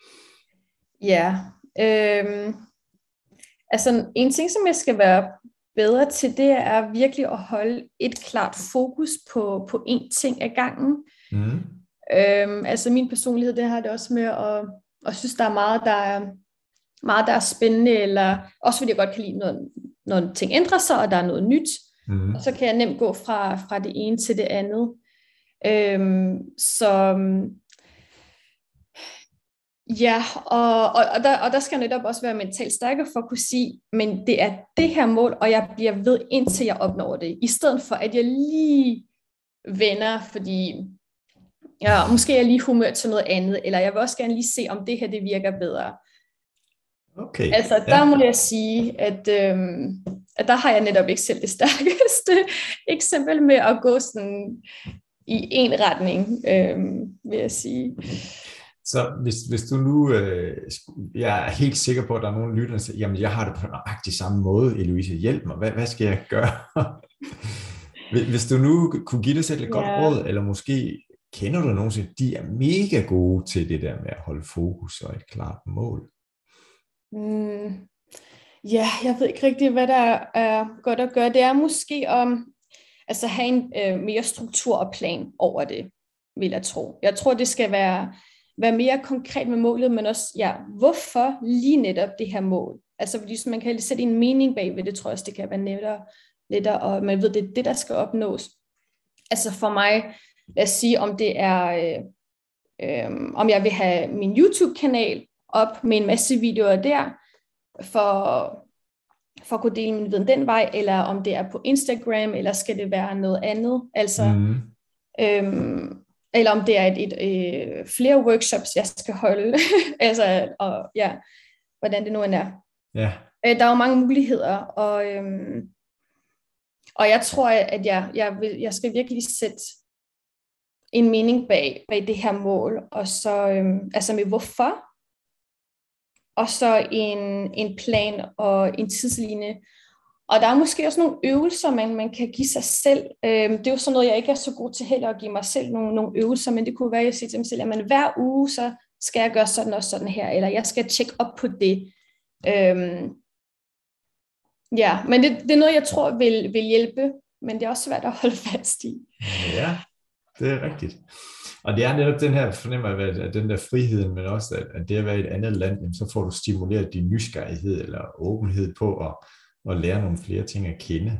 Ja, øhm, altså en ting, som jeg skal være bedre til, det er virkelig at holde et klart fokus på, på én ting ad gangen. Mm. Øhm, altså min personlighed, det har det også med at, at synes, der er meget, der er, meget, der er spændende, eller også fordi jeg godt kan lide, når, når ting ændrer sig, og der er noget nyt, mm. og så kan jeg nemt gå fra, fra det ene til det andet. Øhm, så ja, og, og, og, der, og der skal jeg netop også være mentalt stærkere for at kunne sige, men det er det her mål, og jeg bliver ved, indtil jeg opnår det. I stedet for, at jeg lige vender, fordi ja, måske er jeg lige humør til noget andet, eller jeg vil også gerne lige se, om det her det virker bedre. Okay, Altså, der ja. må jeg sige, at, øhm, at der har jeg netop ikke selv det stærkeste eksempel med at gå sådan i en retning, øhm, vil jeg sige. Så hvis, hvis du nu, øh, jeg er helt sikker på, at der er nogen lytter, der siger, jamen jeg har det på nøjagtig samme måde, Eloise, hjælp mig, hvad, hvad skal jeg gøre? Hvis du nu kunne give dig selv et godt Ja. råd, eller måske kender du nogen, de er mega gode til det der med at holde fokus og et klart mål. Mm, ja, jeg ved ikke rigtig, hvad der er godt at gøre. Det er måske om altså have en øh, mere struktur og plan over det, vil jeg tro. Jeg tror, det skal være, være mere konkret med målet, men også, ja, hvorfor lige netop det her mål? Altså, fordi man kan sætte en mening bag ved det, tror jeg også, det kan være lettere, lettere og man ved, det er det, der skal opnås. Altså for mig, lad os sige, om det er, øh, øh, om jeg vil have min YouTube-kanal op med en masse videoer der, for, for at kunne dele min viden den vej, eller om det er på Instagram, eller skal det være noget andet, altså, mm. øhm, eller om det er et, et, et, flere workshops, jeg skal holde, altså, og ja, hvordan det nu end er. Ja. Øh, der er jo mange muligheder, og, øhm, og jeg tror, at jeg, jeg, vil, jeg skal virkelig sætte en mening bag, bag det her mål, og så, øhm, altså med hvorfor, og så en, en plan og en tidslinje. Og der er måske også nogle øvelser, man, man kan give sig selv. Øhm, det er jo sådan noget, jeg ikke er så god til heller at give mig selv nogle, nogle øvelser, men det kunne være, at jeg siger til mig selv, at hver uge, så skal jeg gøre sådan og sådan her, eller jeg skal tjekke op på det. Øhm, ja, men det, det er noget, jeg tror vil, vil hjælpe, men det er også svært at holde fast i. Ja, det er rigtigt. Og det er netop den her, fornemmer jeg, at den der friheden, men også at, at det at være i et andet land, så får du stimuleret din nysgerrighed eller åbenhed på at, at lære nogle flere ting at kende.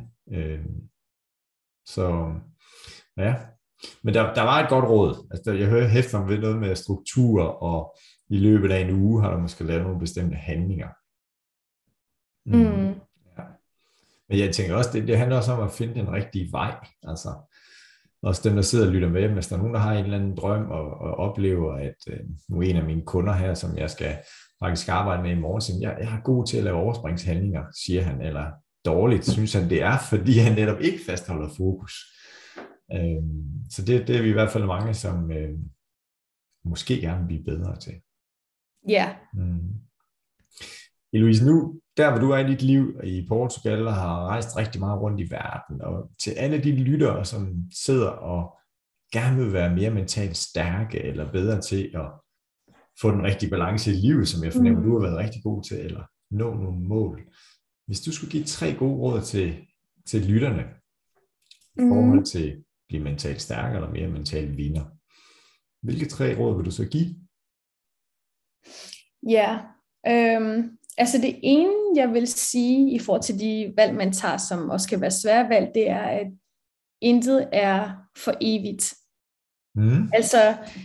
Så ja, men der, der var et godt råd. Altså, jeg hører hæfter om ved noget med struktur, og i løbet af en uge har du måske lavet nogle bestemte handlinger. Mm. Mm. Ja. Men jeg tænker også, det, det handler også om at finde den rigtige vej. Altså, også dem, der sidder og lytter med, hvis der er nogen, der har en eller anden drøm og, og oplever, at øh, nu er en af mine kunder her, som jeg skal faktisk arbejde med i morgen, siger, jeg, jeg er god til at lave overspringshandlinger, siger han, eller dårligt, synes han det er, fordi han netop ikke fastholder fokus. Øh, så det, det er vi i hvert fald mange, som øh, måske gerne vil blive bedre til. Ja. Yeah. Mm. Eloise, nu, der hvor du er i dit liv i Portugal og har rejst rigtig meget rundt i verden, og til alle de lyttere, som sidder og gerne vil være mere mentalt stærke eller bedre til at få den rigtige balance i livet, som jeg fornemmer, mm. du har været rigtig god til, eller nå nogle mål. Hvis du skulle give tre gode råd til, til lytterne i mm. forhold til at blive mentalt stærke eller mere mentalt vinder, hvilke tre råd vil du så give? Ja, øhm altså det ene, jeg vil sige i forhold til de valg, man tager, som også kan være svære valg, det er, at intet er for evigt. Mm. Altså,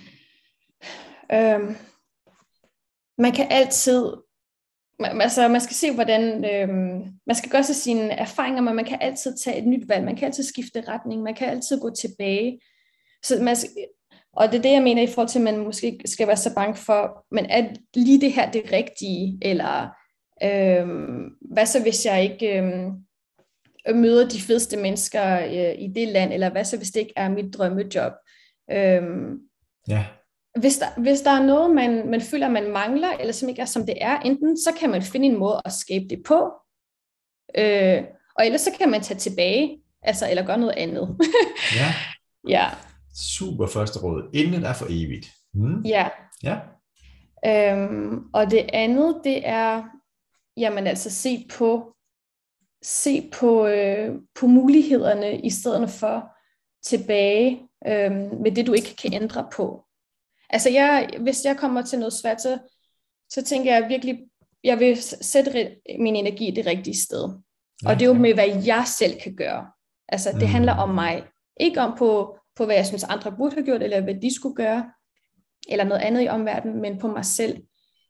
øhm, man kan altid, man, altså man skal se, hvordan, øhm, man skal gøre sig sine erfaringer, men man kan altid tage et nyt valg, man kan altid skifte retning, man kan altid gå tilbage. Så man skal, og det er det, jeg mener i forhold til, at man måske skal være så bange for, men er lige det her det rigtige, eller øhm, hvad så hvis jeg ikke øhm, møder de fedeste mennesker øh, i det land, eller hvad så hvis det ikke er mit drømmejob. Øhm, ja. hvis, der, hvis der er noget, man, man føler, man mangler, eller som ikke er som det er, enten så kan man finde en måde at skabe det på, øh, og ellers så kan man tage tilbage, altså, eller gøre noget andet. Ja. Ja. Super første råd. Intet er for evigt. Mm. Ja. Ja. Øhm, og det andet, det er, jamen altså se på, se på, øh, på mulighederne i stedet for tilbage øh, med det, du ikke kan ændre på. Altså jeg, hvis jeg kommer til noget svært, så, så tænker jeg virkelig, jeg vil sætte min energi det rigtige sted. Ja, og det er jo med, hvad jeg selv kan gøre. Altså det mm. handler om mig. Ikke om på, på, hvad jeg synes, andre burde have gjort, eller hvad de skulle gøre, eller noget andet i omverdenen, men på mig selv.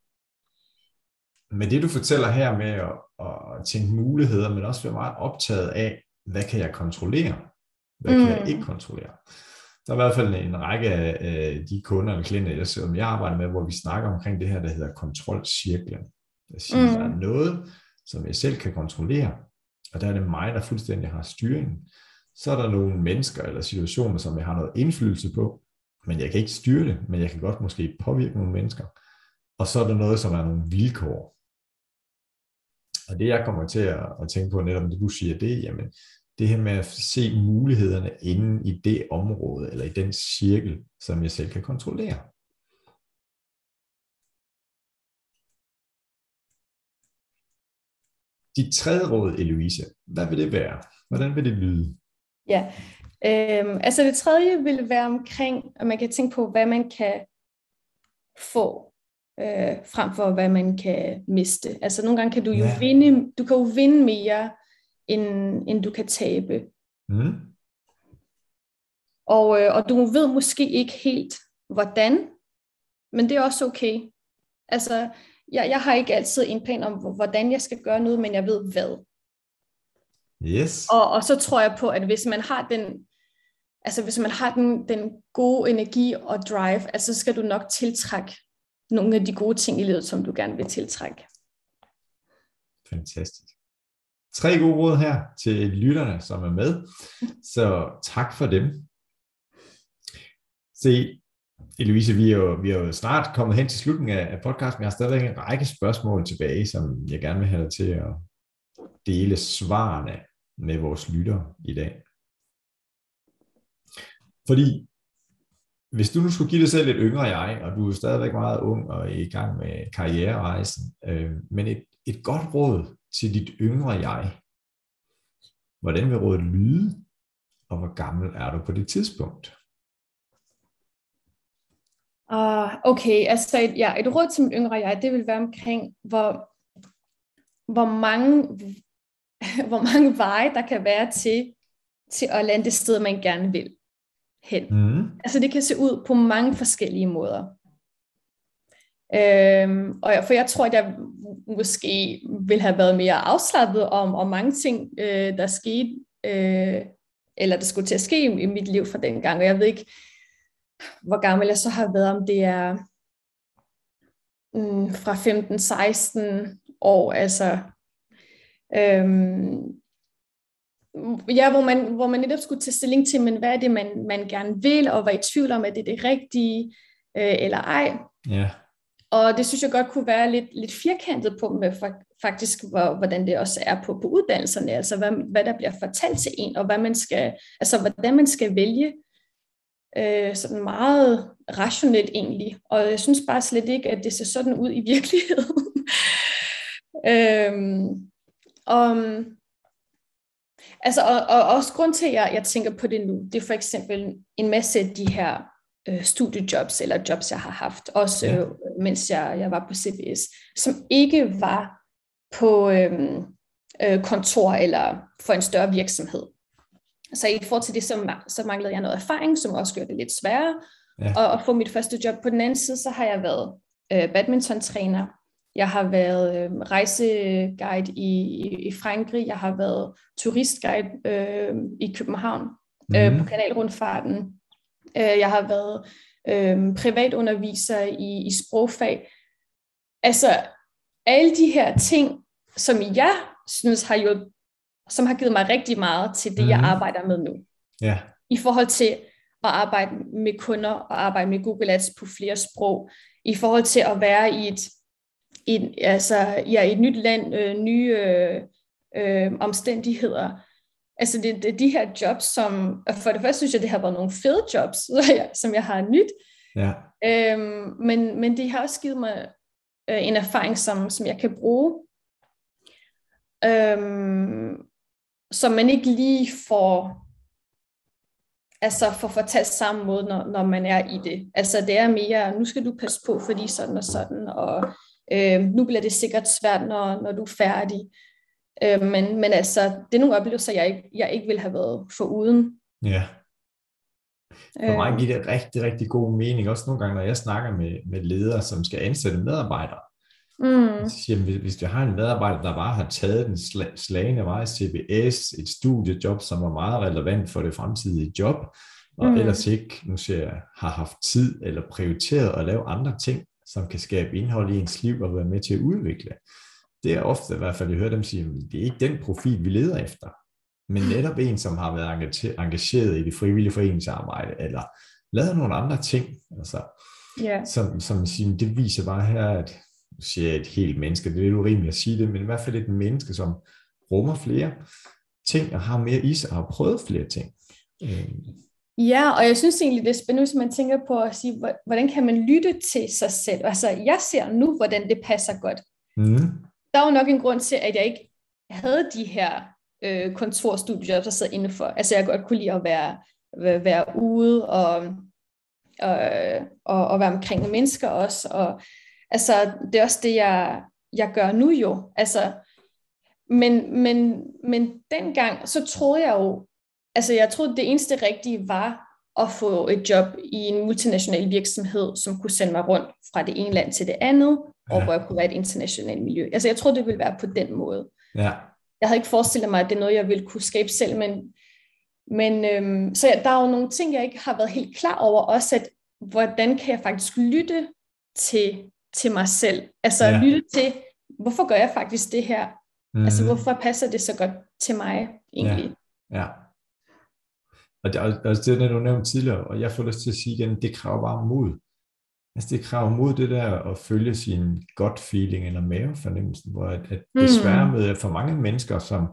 Men det, du fortæller her med at, at tænke muligheder, men også være meget optaget af, hvad kan jeg kontrollere? Hvad kan mm. jeg ikke kontrollere? Der er i hvert fald en række af de kunder eller klienter, som jeg arbejder med, hvor vi snakker omkring det her, der hedder kontrolcirklen. At sige, mm. der er noget, som jeg selv kan kontrollere, og der er det mig, der fuldstændig har styringen. Så er der nogle mennesker eller situationer, som jeg har noget indflydelse på, men jeg kan ikke styre det, men jeg kan godt måske påvirke nogle mennesker. Og så er der noget, som er nogle vilkår. Og det jeg kommer til at, at tænke på netop, det du siger, det er, jamen, det her med at se mulighederne inde i det område, eller i den cirkel, som jeg selv kan kontrollere. Dit tredje råd, Eloise, hvad vil det være? Hvordan vil det lyde? Ja, øhm, altså det tredje vil være omkring, at man kan tænke på, hvad man kan få, øh, frem for hvad man kan miste. Altså nogle gange kan du jo ja. vinde, du kan jo vinde mere, end, end du kan tabe. Mm. Og, øh, og du ved måske ikke helt, hvordan, men det er også okay. Altså, jeg, jeg har ikke altid en plan om, hvordan jeg skal gøre noget, men jeg ved hvad. Yes. Og, og så tror jeg på, at hvis man har den, altså hvis man har den, den gode energi og drive, altså så skal du nok tiltrække nogle af de gode ting i livet, som du gerne vil tiltrække. Fantastisk. Tre gode råd her til lytterne, som er med. Så tak for dem. Se, Eloise, vi er, jo, vi er jo snart kommet hen til slutningen af podcasten, men jeg har stadig en række spørgsmål tilbage, som jeg gerne vil have dig til at dele svarene med vores lyttere i dag. Fordi hvis du nu skulle give dig selv et yngre jeg, og du er stadigvæk meget ung og i gang med karriererejsen, øh, men et, et godt råd til dit yngre jeg, hvordan vil rådet lyde, og hvor gammel er du på det tidspunkt? Uh, okay, altså et, ja, et råd til mit yngre jeg, det vil være omkring, hvor, hvor, mange, hvor mange veje der kan være til, til at lande det sted, man gerne vil hen. Mm. Altså det kan se ud på mange forskellige måder. Øhm, og jeg, for jeg tror, at jeg måske ville have været mere afslappet om, om mange ting, øh, der skete, øh, eller der skulle til at ske i, i mit liv fra den gang. Og jeg ved ikke, hvor gammel jeg så har været, om det er mm, fra femten seksten år, altså øhm, ja, hvor man, hvor man netop skulle tage stilling til, men hvad er det, man, man gerne vil, og være i tvivl om, at det er det rigtige, øh, eller ej. Ja. Og det synes jeg godt kunne være lidt, lidt firkantet på, med faktisk, hvor, hvordan det også er på, på uddannelserne, altså hvad, hvad der bliver fortalt til en, og hvad man skal, altså hvordan man skal vælge, øh, sådan meget rationelt egentlig. Og jeg synes bare slet ikke, at det ser sådan ud i virkeligheden. øhm, og, altså, og, og også grund til, at jeg, jeg tænker på det nu, det er for eksempel en masse af de her øh, studiejobs, eller jobs, jeg har haft, også ja. øh, mens jeg, jeg var på C B S, som ikke var på øh, øh, kontor eller for en større virksomhed. Så i forhold til det, så, så manglede jeg noget erfaring, som også gjorde det lidt sværere ja. at, at få mit første job. På den anden side, så har jeg været øh, badmintontræner. Jeg har været øh, rejseguide i, i, i Frankrig. Jeg har været turistguide øh, i København mm. øh, på kanalrundfarten. Øh, jeg har været øh, privatunderviser i, i sprogfag. Altså, alle de her ting, som jeg synes har jo som har givet mig rigtig meget til det, mm-hmm. jeg arbejder med nu. Yeah. I forhold til at arbejde med kunder og arbejde med Google Ads på flere sprog. I forhold til at være i et, et, altså, ja, et nyt land, øh, nye øh, øh, omstændigheder. Altså det, det de her jobs, som for det første synes jeg, det har været nogle fede jobs, som jeg har nyt. Yeah. Øhm, men, men det har også givet mig øh, en erfaring, som, som jeg kan bruge. Øhm, som man ikke lige får altså får fortalt samme måde, når, når man er i det. Altså det er mere, nu skal du passe på, fordi sådan og sådan, og øh, nu bliver det sikkert svært, når, når du er færdig. Øh, men, men altså, det er nogle oplevelser, jeg ikke, jeg ikke ville have været foruden. Ja. For mig giver det rigtig, rigtig god mening, også nogle gange, når jeg snakker med, med ledere, som skal ansætte medarbejdere. Mm. Så siger, hvis du har en medarbejder, der bare har taget den slagende vej C B S, et studiejob, som er meget relevant for det fremtidige job, og mm. ellers ikke, nu siger jeg, har haft tid eller prioriteret at lave andre ting, som kan skabe indhold i ens liv og være med til at udvikle. Det er ofte, i hvert fald jeg hører dem sige, det er ikke den profil, vi leder efter, men netop en, som har været engageret i det frivillige foreningsarbejde, eller lavet nogle andre ting, altså, yeah. som, som siger, det viser bare her, at nu siger jeg et helt menneske, det er lidt urimeligt at sige det, men i hvert fald et menneske, som rummer flere ting, og har mere i sig, og har prøvet flere ting. Ja, og jeg synes egentlig, det er spændende, hvis man tænker på at sige, hvordan kan man lytte til sig selv? Altså, jeg ser nu, hvordan det passer godt. Mm. Der er jo nok en grund til, at jeg ikke havde de her øh, kontorstudiejobs, der sad indenfor. Altså, jeg godt kunne lide at være, være, være ude og, og, og, og være omkring mennesker også. Og, altså, det er også det, jeg, jeg gør nu jo. Altså, men, men, men dengang, så troede jeg jo, altså jeg troede, det eneste rigtige var at få et job i en multinational virksomhed, som kunne sende mig rundt fra det ene land til det andet, og ja. Hvor jeg kunne være et internationalt miljø. Altså jeg troede, det ville være på den måde. Ja. Jeg havde ikke forestillet mig, at det er noget, jeg ville kunne skabe selv, men, men øhm, så ja, der er jo nogle ting, jeg ikke har været helt klar over, også at, hvordan kan jeg faktisk lytte til, til mig selv? Altså ja. Lytte til, hvorfor gør jeg faktisk det her? Mm. Altså hvorfor passer det så godt til mig egentlig? Ja, ja. Og det er også det, du nævnte tidligere, og jeg får lyst til at sige igen, det kræver bare mod. Altså det kræver mod det der at følge sin gut feeling eller mavefornemmelsen, hvor at, at desværre med for mange mennesker, som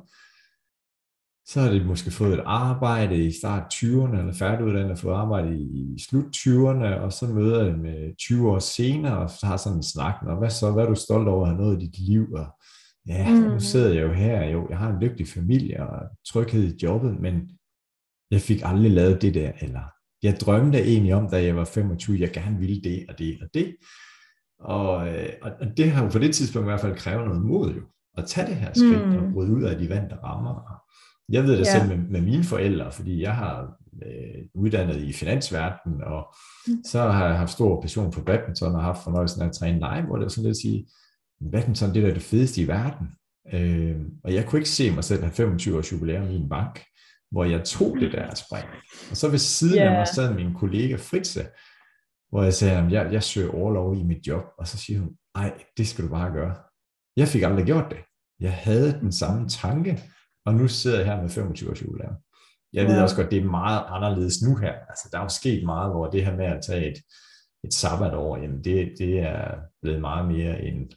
så har de måske fået et arbejde i start tyverne, eller færdiguddannet og fået arbejde i slut tyverne, og så møder de med tyve år senere, og så har sådan en snak, og hvad så, hvad er du stolt over at have noget i dit liv, og ja, mm. nu sidder jeg jo her, jo, jeg har en lykkelig familie og tryghed i jobbet, men jeg fik aldrig lavet det der, eller jeg drømte egentlig om, da jeg var femogtyve, jeg gerne ville det og det og det. Og, og det har jo på det tidspunkt i hvert fald krævet noget mod jo, at tage det her skridt mm. og bryde ud af de vante rammer. Jeg ved det yeah. selv med, med mine forældre, fordi jeg har øh, uddannet i finansverdenen, og mm. så har jeg haft stor passion for badminton, og haft fornøjelsen af at træne live, hvor det er sådan lidt at sige, badminton det er det fedeste i verden. Øh, og jeg kunne ikke se mig selv have femogtyve års jubilæum i en bank, hvor jeg tog det der spring. Og så ved siden yeah. af mig sad min kollega Fritze, hvor jeg sagde, at jeg, jeg søger overlov i mit job, og så siger hun, nej, det skal du bare gøre. Jeg fik aldrig gjort det. Jeg havde den samme tanke, og nu sidder jeg her med femogtyve års jubilæum. Jeg ved yeah. også godt, det er meget anderledes nu her. Altså, der er jo sket meget, hvor det her med at tage et, et sabbatår, jamen det, det er blevet meget mere en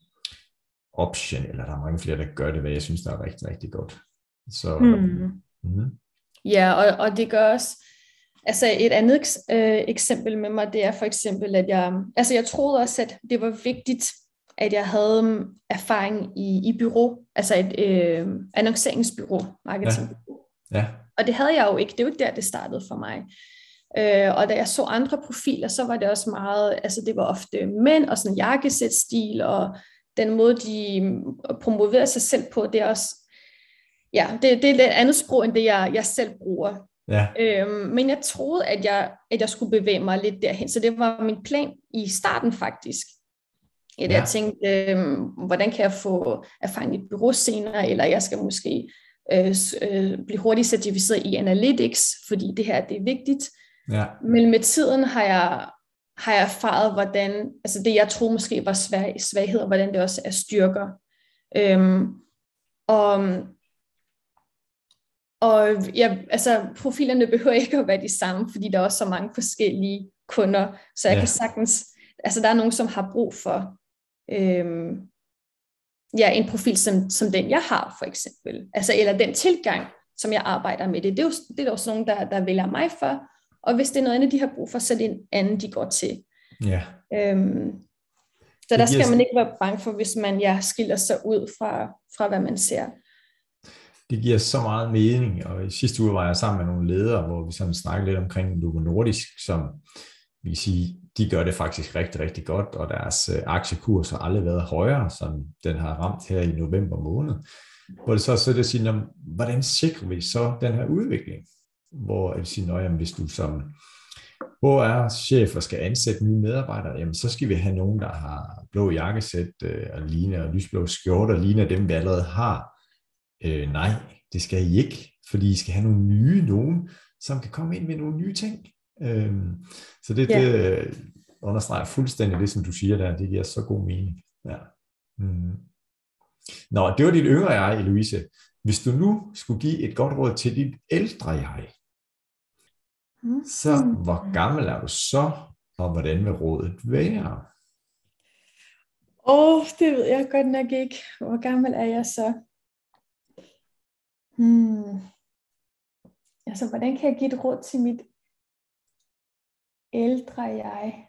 option, eller der er mange flere, der gør det, hvad jeg synes, der er rigtig, rigtig godt. Så... Hmm. Mm. Ja, og, og det gør også, altså et andet øh, eksempel med mig, det er for eksempel, at jeg, altså jeg troede også, at det var vigtigt, at jeg havde erfaring i, i bureau, altså et øh, annonceringsbureau, marketingbureau. Ja. Ja. Og det havde jeg jo ikke, det var ikke der, det startede for mig. Øh, og da jeg så andre profiler, så var det også meget, altså det var ofte mænd og sådan jakkesæt-stil, og den måde, de promoverede sig selv på, det er også, ja, det, det er et lidt andet sprog, end det, jeg, jeg selv bruger. Ja. Øhm, men jeg troede, at jeg, at jeg skulle bevæge mig lidt derhen, så det var min plan i starten faktisk. Ja. Jeg tænkte, øhm, hvordan kan jeg få erfaring i et bureau senere, eller jeg skal måske øh, øh, blive hurtigt certificeret i analytics, fordi det her det er vigtigt. Ja. Men med tiden har jeg, har jeg erfaret, hvordan, altså det jeg troede måske var svag, svaghed, hvordan det også er styrker. Øhm, og Og ja, altså, profilerne behøver ikke at være de samme, fordi der er også så mange forskellige kunder, så jeg ja. kan sagtens, altså der er nogen, som har brug for øhm, ja, en profil som, som den, jeg har for eksempel, altså, eller den tilgang, som jeg arbejder med det. Det er jo det er der også nogen, der, der vælger mig for, og hvis det er noget andet, de har brug for, så er det en anden, de går til. Ja. Øhm, så der skal man ikke være bange for, hvis man ja, skiller sig ud fra, fra, hvad man ser. Det giver så meget mening, og i sidste uge var jeg sammen med nogle ledere, hvor vi sådan snakkede lidt omkring Novo Nordisk, som vi kan sige, de gør det faktisk rigtig, rigtig godt, og deres aktiekurs har aldrig været højere, som den har ramt her i november måned. Hvor det så er så det at sige, hvordan sikrer vi så den her udvikling? Hvor jeg vil sige, jamen, hvis du som H R-chefer skal ansætte nye medarbejdere, jamen så skal vi have nogen, der har blå jakkesæt og ligner og lysblå skjorter, ligner dem, vi allerede har. Øh, nej, det skal I ikke, fordi I skal have nogle nye, nogen, som kan komme ind med nogle nye ting. Øh, så det, yeah. det understreger fuldstændig det, som du siger der. Det giver så god mening. Ja. Mm. Nå, det var dit yngre jeg, Eloise. Hvis du nu skulle give et godt råd til dit ældre jeg, så hvor gammel er du så, og hvordan vil rådet være? Åh, oh, det ved jeg godt nok ikke. Hvor gammel er jeg så? Hmm. Altså, hvordan kan jeg give et råd til mit ældre jeg?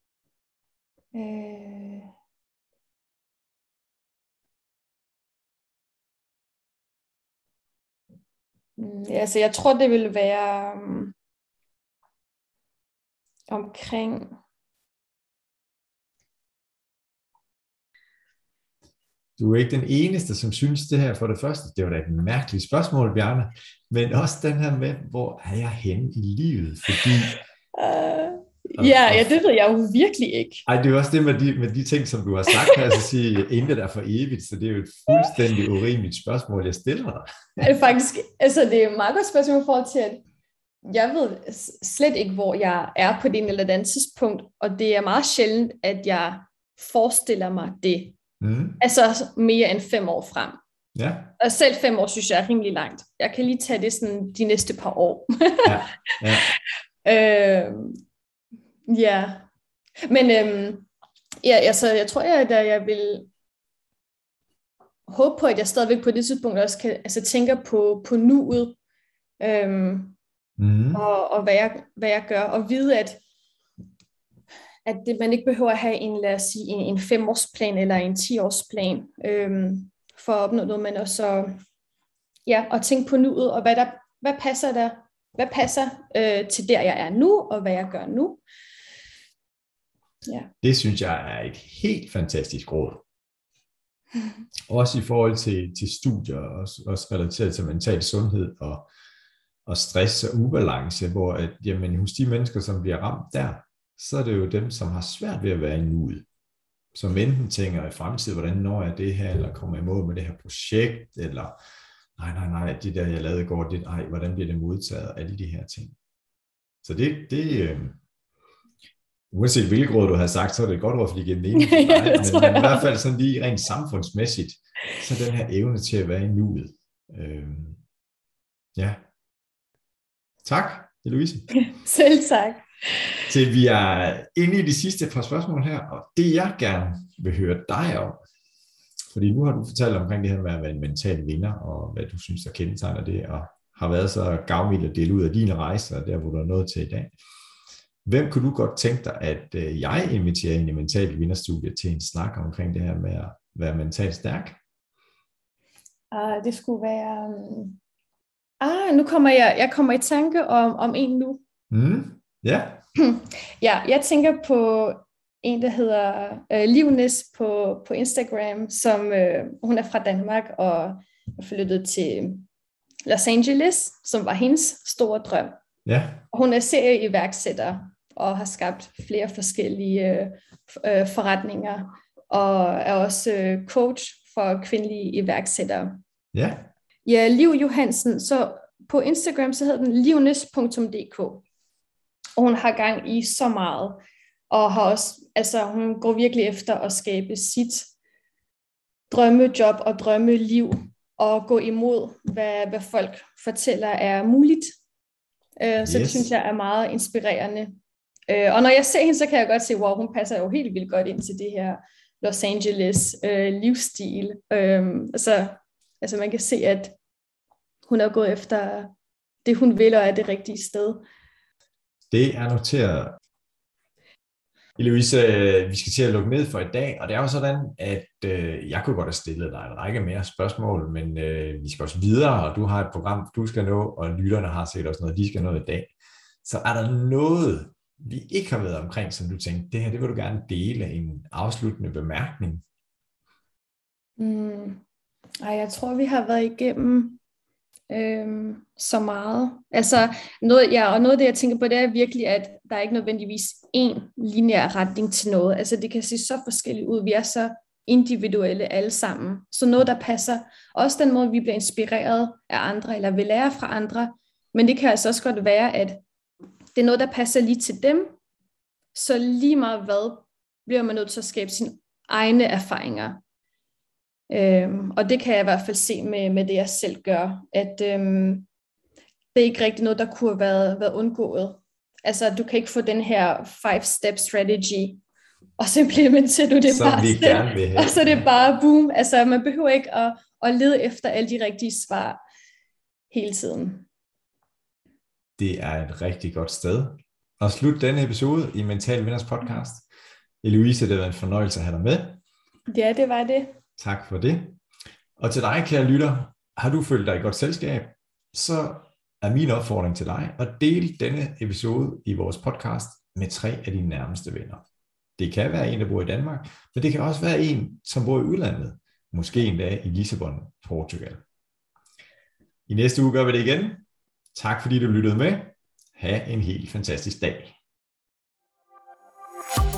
Øh... Hmm. Altså, jeg tror, det vil være um, omkring... Du er ikke den eneste, som synes det her for det første. Det var da et mærkeligt spørgsmål, Bjarne. Men også den her med, hvor er jeg henne i livet? Fordi... Uh, og, ja, og, ja, det ved jeg jo virkelig ikke. Ej, det er jo også det med de, med de ting, som du har sagt her, altså sige, intet er for evigt, så det er jo et fuldstændig urimeligt spørgsmål, jeg stiller dig. Det er faktisk, altså det er et meget godt spørgsmål i forhold til, at jeg ved slet ikke, hvor jeg er på det ene eller det andet tidspunkt, og det er meget sjældent, at jeg forestiller mig det. Mm. Altså mere end fem år frem. Ja. Og selv fem år synes jeg er rimelig langt. Jeg kan lige tage det sådan de næste par år. ja. Ja. øh, ja. Men øhm, ja, altså, jeg tror, at jeg vil håbe på, at jeg stadigvæk på det tidspunkt også kan, altså, tænker på, på nuet. Øhm, mm. og, og hvad, jeg, hvad jeg gør. Og vide, at at det, man ikke behøver at have en, lad os sige, en, en femårsplan eller en tiårsplan øhm, for at opnå noget, men også ja, at tænke på nuet, og hvad, der, hvad passer der, hvad passer øh, til der, jeg er nu, og hvad jeg gør nu. Ja. Det synes jeg er et helt fantastisk råd. Også i forhold til, til studier, også, også relateret til mental sundhed og, og stress og ubalance, hvor at, jamen, hos de mennesker, som bliver ramt der, så er det jo dem, som har svært ved at være i nuet. Som enten tænker i fremtiden, hvordan når jeg det her, eller kommer jeg i mål med det her projekt, eller nej, nej, nej, det der, jeg lavede i går, det, ej, hvordan bliver det modtaget, alle de her ting. Så det, det øh, uanset hvilket råd du har sagt, så er det et godt råd, fordi det giver mening for dig, men, men i hvert fald sådan lige rent samfundsmæssigt, så den her evne til at være i nuet. Øh, ja. Tak, Eloise. Selv tak. Så vi er inde i de sidste par spørgsmål her, og det jeg gerne vil høre dig om, fordi nu har du fortalt omkring det her med at være en mental vinder, og hvad du synes, der kendetegner det, og har været så gavmild at dele ud af dine rejser, der hvor du er nået til i dag. Hvem kunne du godt tænke dig, at jeg inviterer ind i Mental Vinderstudiet til en snak omkring det her med at være mentalt stærk? Uh, det skulle være... Um... Ah, nu kommer jeg, jeg kommer i tanke om, om en nu. Mm. Ja. Ja, jeg tænker på en, der hedder øh, Livnes på, på Instagram, som øh, hun er fra Danmark og er flyttet til Los Angeles, som var hendes store drøm. Ja. Og hun er serieiværksætter og har skabt flere forskellige øh, forretninger og er også øh, coach for kvindelige iværksættere. Ja. Ja, Liv Johansen, så på Instagram så hedder den livnes punktum d k. Og hun har gang i så meget, og har også, altså hun går virkelig efter at skabe sit drømmejob og drømmeliv, og gå imod, hvad, hvad folk fortæller er muligt. Uh, yes. Så det synes jeg er meget inspirerende. Uh, og når jeg ser hende, så kan jeg godt se, wow, hun passer jo helt vildt godt ind til det her Los Angeles uh, livsstil. Uh, altså, altså man kan se, at hun er gået efter det, hun vil, og er det rigtige sted. Det er noteret. Eloise, vi skal til at lukke ned for i dag, og det er jo sådan, at øh, jeg kunne godt have stillet dig en række mere spørgsmål, men øh, vi skal også videre, og du har et program, du skal nå, og lytterne har sikkert også noget, de skal nå i dag. Så er der noget, vi ikke har været omkring, som du tænkte, det her, det vil du gerne dele, en afsluttende bemærkning? Mm. Ej, jeg tror, vi har været igennem Øhm, så meget. Altså, noget, ja, og noget af det, jeg tænker på, det er virkelig, at der er ikke nødvendigvis én lineær retning til noget. Altså, det kan se så forskelligt ud. Vi er så individuelle alle sammen. Så noget, der passer. Også den måde, vi bliver inspireret af andre, eller vil lære fra andre. Men det kan altså også godt være, at det er noget, der passer lige til dem. Så lige meget hvad, bliver man nødt til at skabe sine egne erfaringer. Øhm, og det kan jeg i hvert fald se med, med det, jeg selv gør, at øhm, det er ikke rigtig noget, der kunne have været, været undgået. Altså, du kan ikke få den her five-step strategy, og så implementerer du det Som bare vi selv, gerne vil have. og så er det bare boom. Altså, man behøver ikke at, at lede efter alle de rigtige svar hele tiden. Det er et rigtig godt sted at slutte denne episode i Mental Vinders podcast. Eloise, det har været en fornøjelse at have dig med. Ja, det var det. Tak for det. Og til dig, kære lytter, har du følt dig i godt selskab, så er min opfordring til dig at dele denne episode i vores podcast med tre af dine nærmeste venner. Det kan være en, der bor i Danmark, men det kan også være en, som bor i udlandet. Måske endda i Lissabon, Portugal. I næste uge gør vi det igen. Tak fordi du lyttede med. Ha' en helt fantastisk dag.